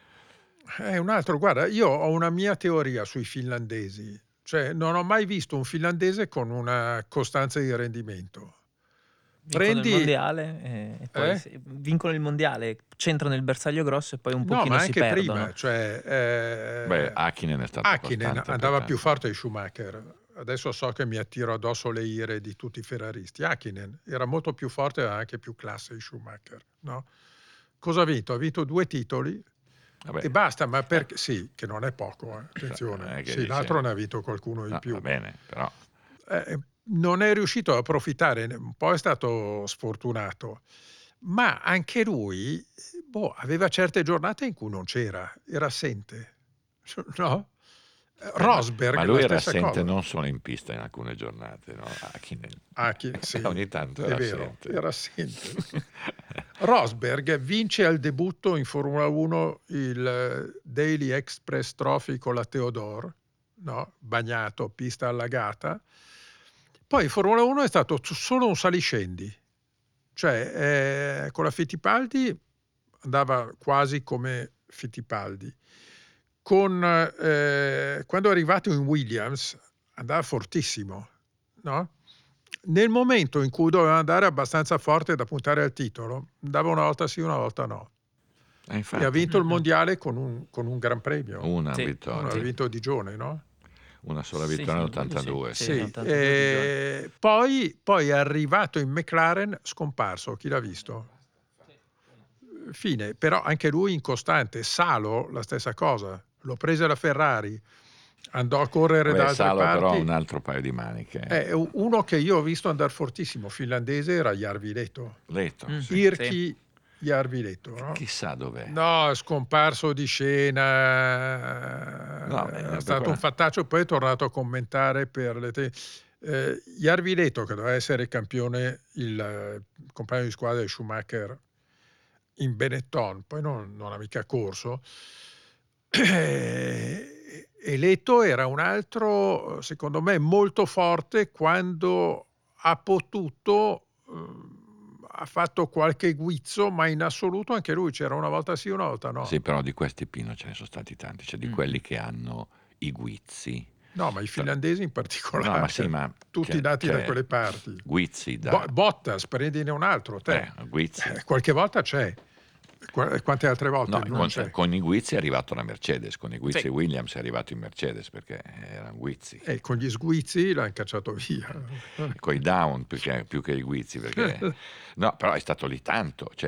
S1: È un altro, guarda, io ho una mia teoria sui finlandesi, cioè non ho mai visto un finlandese con una costanza di rendimento.
S4: Vincono il mondiale e poi vincono il mondiale, centrano il bersaglio grosso e poi un pochino si perdono.
S1: No, ma anche prima, cioè
S2: Hakkinen è stato
S1: Hakkinen andava più forte di Schumacher. Adesso so che mi attiro addosso le ire di tutti i ferraristi. Hakkinen era molto più forte e anche più classe di Schumacher, no? Cosa ha vinto? Ha vinto 2 titoli. E basta, ma perché sì, che non è poco, attenzione. Sì, l'altro ne ha vinto qualcuno di più.
S2: Va bene, però
S1: non è riuscito ad approfittare, un po' è stato sfortunato, ma anche lui aveva certe giornate in cui non c'era, era assente, no? Rosberg,
S2: ma lui era
S1: assente
S2: cosa. Non solo in pista in alcune giornate, no?
S1: Sì,
S2: ogni tanto
S1: è vero, era assente. Rosberg vince al debutto in Formula 1 il Daily Express Trophy con la Theodore, no? Bagnato, pista allagata. Poi in Formula 1 è stato solo un saliscendi, cioè con la Fittipaldi andava quasi come Fittipaldi. Quando è arrivato in Williams andava fortissimo, no? Nel momento in cui doveva andare abbastanza forte da puntare al titolo, andava una volta sì, una volta no. E ha vinto il mondiale con un gran premio.
S2: Una vittoria.
S1: Ha vinto Digione, no?
S2: Una sola vittoria nell'82.
S1: Sì. Poi è arrivato in McLaren scomparso. Chi l'ha visto? Fine. Però anche lui incostante. Salo, la stessa cosa. L'ho presa la Ferrari. Andò a correre da altre
S2: Salo
S1: parti.
S2: Però un altro paio di maniche.
S1: Uno che io ho visto andare fortissimo, finlandese, era Järvi Leto. Irki Järvi Leto, no?
S2: Chissà dov'è.
S1: No, è scomparso di scena, è stato un fattaccio, poi è tornato a commentare per le Järvi Leto, che doveva essere campione, il compagno di squadra di Schumacher in Benetton, poi non ha mica corso. E Leto era un altro, secondo me, molto forte quando ha potuto ha fatto qualche guizzo, ma in assoluto anche lui c'era una volta sì, una volta no.
S2: Sì, però di questi Pino ce ne sono stati tanti, cioè di quelli che hanno i guizzi.
S1: No, ma i finlandesi in particolare,
S2: No, ma sì, ma
S1: tutti nati da quelle parti.
S2: Guizzi da
S1: Bottas, prendine un altro, te.
S2: Guizzi.
S1: Qualche volta c'è. Quante altre volte
S2: No,
S1: non c'è?
S2: con i guizzi è arrivato la Mercedes, con i guizzi
S4: Sì.
S2: Williams è arrivato in Mercedes perché erano guizzi.
S1: E con gli sguizzi l'hanno cacciato via.
S2: Con i down più che i guizzi, perché no, però è stato lì tanto, cioè.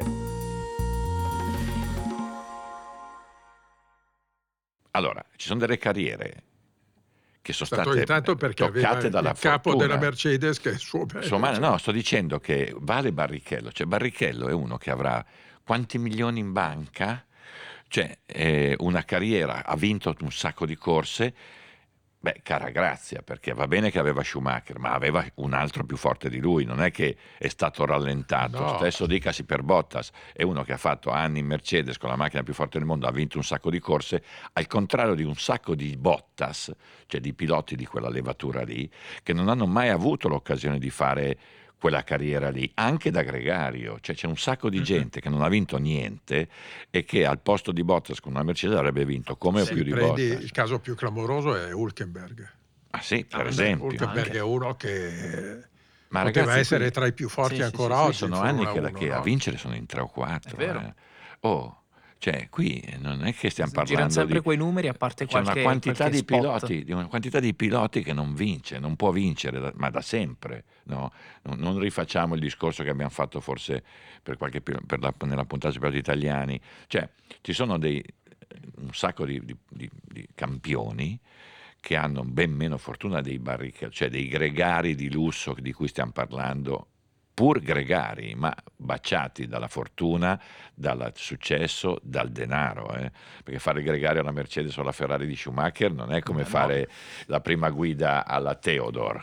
S2: Allora, ci sono delle carriere che sono state
S1: tanto perché aveva
S2: toccate dalla
S1: il capo
S2: fortuna.
S1: della Mercedes che è il suo bello.
S2: Insomma, no, sto dicendo che vale Barrichello, cioè Barrichello è uno che avrà quanti milioni in banca, cioè una carriera, ha vinto un sacco di corse. Beh, cara grazia, perché va bene che aveva Schumacher, ma aveva un altro più forte di lui, non è che è stato rallentato.
S1: No.
S2: Stesso dicasi per Bottas, è uno che ha fatto anni in Mercedes con la macchina più forte del mondo, ha vinto un sacco di corse, al contrario di un sacco di Bottas, cioè di piloti di quella levatura lì, che non hanno mai avuto l'occasione di fare quella carriera lì, anche da gregario, cioè c'è un sacco di gente che non ha vinto niente e che al posto di Bottas con una Mercedes avrebbe vinto come o più di
S1: prendi
S2: Bottas.
S1: il caso più clamoroso è Hülkenberg.
S2: Ah sì, per esempio.
S1: Hülkenberg è uno che
S2: Ma
S1: poteva
S2: ragazzi,
S1: essere
S2: qui-
S1: tra i più forti
S4: sì,
S1: ancora
S4: sì,
S1: oggi.
S2: sono
S1: in
S2: anni
S1: Formula
S2: che
S1: 1,
S2: a
S1: no?
S2: vincere sono in 3 o 4.
S4: È vero.
S2: Cioè qui non è che stiamo
S4: Girano
S2: parlando
S4: sempre
S2: di
S4: quei numeri, a parte
S2: c'è una
S4: qualche
S2: quantità di
S4: spot.
S2: piloti, di una quantità di piloti che non vince, non può vincere, ma da sempre, no? Non rifacciamo il discorso che abbiamo fatto forse nella puntata sui piloti italiani. Cioè, ci sono un sacco di campioni che hanno ben meno fortuna dei Barrichello, cioè dei gregari di lusso di cui stiamo parlando, pur gregari, ma baciati dalla fortuna, dal successo, dal denaro. Perché fare il gregario alla Mercedes o alla Ferrari di Schumacher non è come fare la prima guida alla Theodore.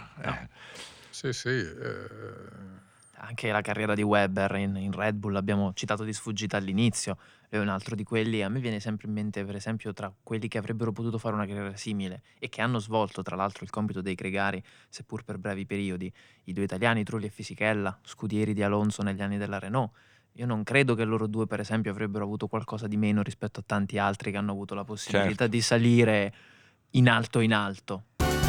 S1: Sì.
S4: Anche la carriera di Webber in Red Bull l'abbiamo citato di sfuggita all'inizio, è un altro di quelli, a me viene sempre in mente per esempio tra quelli che avrebbero potuto fare una carriera simile e che hanno svolto tra l'altro il compito dei gregari, seppur per brevi periodi, i 2 italiani Trulli e Fisichella, scudieri di Alonso negli anni della Renault. Io non credo che loro 2 per esempio avrebbero avuto qualcosa di meno rispetto a tanti altri che hanno avuto la possibilità di salire in alto in alto.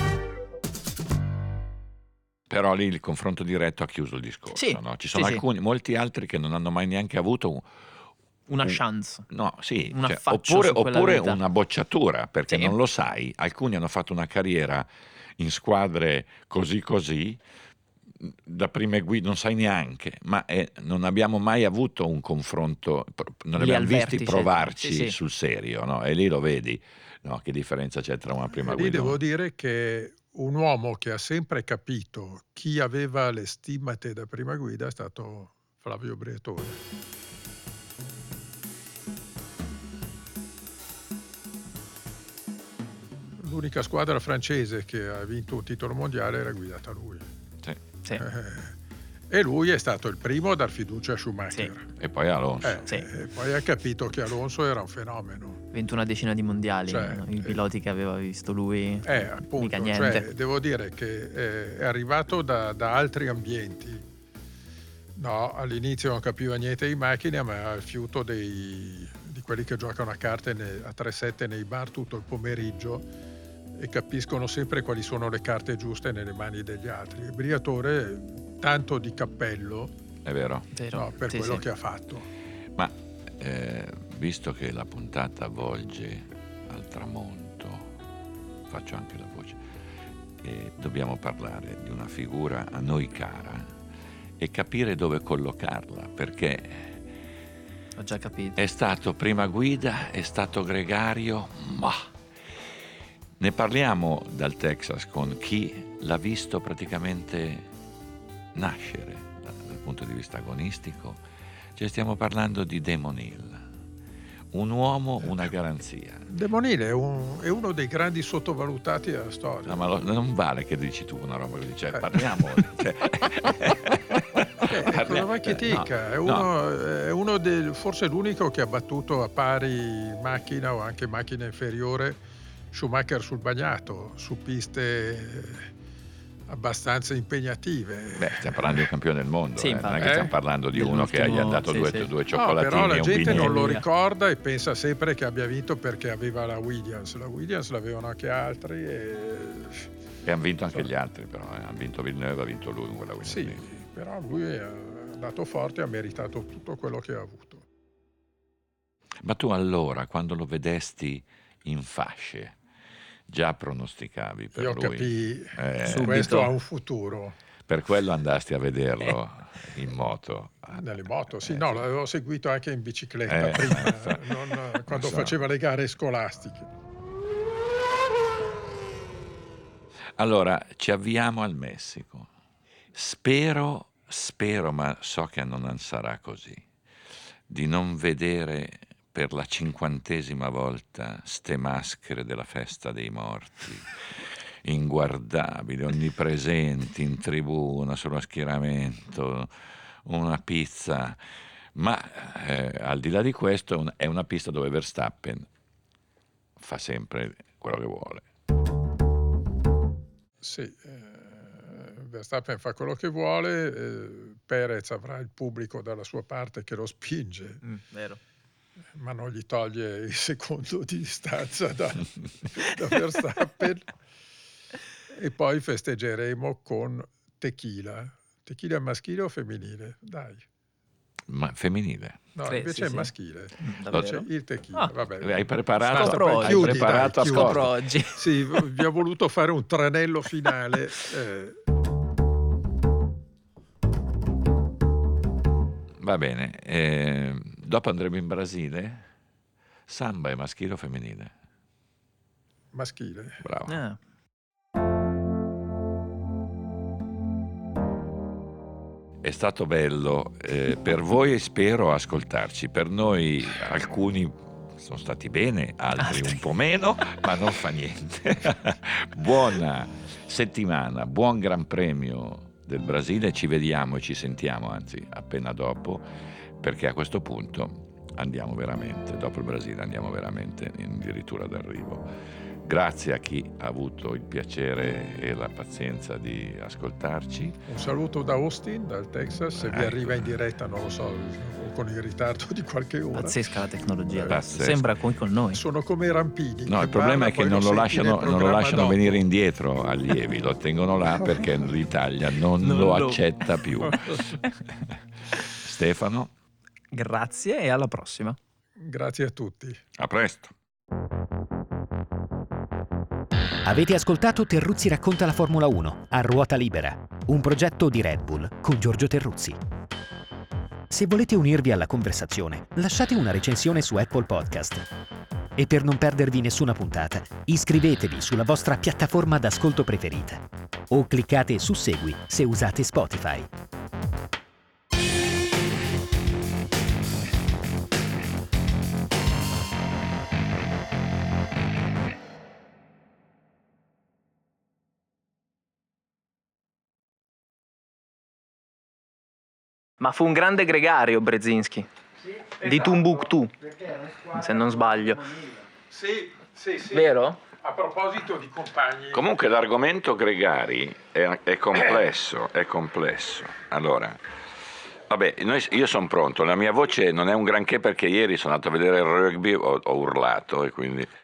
S2: Però lì il confronto diretto ha chiuso il discorso.
S4: Sì,
S2: No? Ci sono molti altri che non hanno mai neanche avuto
S4: una chance.
S2: No, sì,
S4: un affaccio su quella
S2: oppure
S4: vita.
S2: una bocciatura, perché
S4: Sì.
S2: non lo sai. Alcuni hanno fatto una carriera in squadre così, da prime guide, non sai neanche, ma non abbiamo mai avuto un confronto, non
S4: Lì
S2: abbiamo
S4: al
S2: visti
S4: vertice.
S2: provarci
S4: Sì.
S2: sul serio, no? E lì lo vedi, no? Che differenza c'è tra una prima
S1: Lì
S2: guida.
S1: devo dire che un uomo che ha sempre capito chi aveva le stimmate da prima guida è stato Flavio Briatore. L'unica squadra francese che ha vinto un titolo mondiale era guidata lui.
S4: Sì.
S1: E lui è stato il primo a dar fiducia a Schumacher.
S4: Sì.
S2: E poi Alonso.
S4: Sì.
S1: E poi ha capito che Alonso era un fenomeno.
S4: 21 decina di mondiali,
S1: Cioè,
S4: i piloti che aveva visto lui,
S1: Appunto,
S4: mica niente.
S1: cioè, devo dire che è arrivato da altri ambienti. No, all'inizio non capiva niente di macchine, ma al fiuto di quelli che giocano a carte a 3-7 nei bar tutto il pomeriggio e capiscono sempre quali sono le carte giuste nelle mani degli altri. Briatore, tanto di cappello,
S2: È vero.
S4: Vero?
S1: no, per
S4: Sì,
S1: quello
S4: sì.
S1: che ha fatto.
S2: Ma visto che la puntata volge al tramonto, faccio anche la voce, dobbiamo parlare di una figura a noi cara e capire dove collocarla, perché
S4: Ho già capito.
S2: è stato prima guida, è stato gregario, ma ne parliamo dal Texas con chi l'ha visto praticamente nascere dal punto di vista agonistico. Cioè stiamo parlando di Damon Hill, un uomo, una garanzia.
S1: Damon Hill è uno dei grandi sottovalutati della storia.
S2: No, ma non vale che dici tu una roba così, cioè parliamo. Cioè,
S1: Cosa vuoi che ti dica? È uno forse l'unico che ha battuto a pari macchina o anche macchina inferiore Schumacher sul bagnato, su piste abbastanza impegnative.
S2: Beh, stiamo parlando di un campione del mondo,
S4: Sì,
S2: non è che stiamo parlando di uno che
S4: Dell'ultimo,
S2: gli ha dato
S4: sì,
S2: due
S4: sì.
S2: cioccolatini
S1: Però la
S2: e un
S1: gente
S2: vinile.
S1: non lo
S4: via.
S1: ricorda e pensa sempre che abbia vinto perché aveva la Williams. La Williams l'avevano anche altri
S2: E hanno vinto anche gli altri, però. Ha vinto Villeneuve, ha vinto lui quella Williams.
S1: sì, però lui è andato forte e ha meritato tutto quello che ha avuto.
S2: Ma tu allora, quando lo vedesti in fasce, già pronosticavi per
S1: Io
S2: lui?
S1: capii
S4: Subito.
S1: questo ha un futuro.
S2: Per quello andasti a vederlo in moto.
S1: Nelle moto, sì, no, l'avevo seguito anche in bicicletta prima, quando
S2: so.
S1: faceva le gare scolastiche.
S2: Allora, ci avviamo al Messico. Spero, ma so che non sarà così, di non vedere per la 50ª volta ste maschere della festa dei morti, inguardabili, onnipresenti in tribuna, sullo schieramento, una pizza. Ma al di là di questo è una pista dove Verstappen fa sempre quello che vuole.
S1: Sì, Verstappen fa quello che vuole, Perez avrà il pubblico dalla sua parte che lo spinge,
S4: Vero.
S1: ma non gli toglie il secondo di distanza da Verstappen. E poi festeggeremo con tequila. Tequila maschile o femminile? Dai.
S2: Ma femminile.
S1: No,
S4: Sì,
S1: invece
S4: sì,
S1: è
S4: sì.
S1: maschile.
S4: Davvero?
S1: C'è il tequila.
S4: Ah.
S1: Vabbè.
S2: Hai preparato,
S4: Scopro oggi.
S1: Chiudi,
S2: preparato
S1: dai,
S2: a
S1: chiudi.
S4: Scopro
S2: scorta.
S4: oggi.
S1: Sì, vi ho voluto fare un tranello finale.
S2: Va bene. Dopo andremo in Brasile. Samba è maschile o femminile?
S1: Maschile.
S2: Bravo. È stato bello per voi, spero, ascoltarci. Per noi alcuni sono stati bene, altri un po' meno, ma non fa niente. Buona settimana, buon Gran Premio del Brasile. Ci vediamo e ci sentiamo, anzi, appena dopo, perché a questo punto andiamo veramente, dopo il Brasile andiamo veramente addirittura d'arrivo. Grazie a chi ha avuto il piacere e la pazienza di ascoltarci.
S1: Un saluto da Austin, dal Texas, se vi
S2: Ecco.
S1: arriva in diretta, non lo so, con il ritardo di qualche ora.
S4: Pazzesca la tecnologia.
S2: Pazzesco.
S4: Sembra qui con noi.
S1: Sono come i rampini.
S2: No,
S1: che
S2: il problema
S1: parla,
S2: è che
S1: poi
S2: non lo
S1: senti
S2: lasciano,
S1: nel
S2: non lo
S1: programma
S2: lasciano
S1: dopo.
S2: venire indietro allievi, lo tengono là perché l'Italia non lo accetta più. Stefano,
S4: Grazie e alla prossima.
S1: Grazie a tutti.
S2: a presto.
S5: Avete ascoltato Terruzzi racconta la Formula 1 a ruota libera, un progetto di Red Bull con Giorgio Terruzzi. Se volete unirvi alla conversazione, lasciate una recensione su Apple Podcast. E per non perdervi nessuna puntata, iscrivetevi sulla vostra piattaforma d'ascolto preferita o cliccate su Segui se usate Spotify.
S4: Ma fu un grande gregario Brzezinski. Di Timbuktu, se non sbaglio.
S1: Sì.
S4: Vero?
S1: A proposito di compagni...
S2: Comunque l'argomento Gregari è complesso, Allora, vabbè, io sono pronto, la mia voce non è un granché perché ieri sono andato a vedere il rugby, ho urlato e quindi...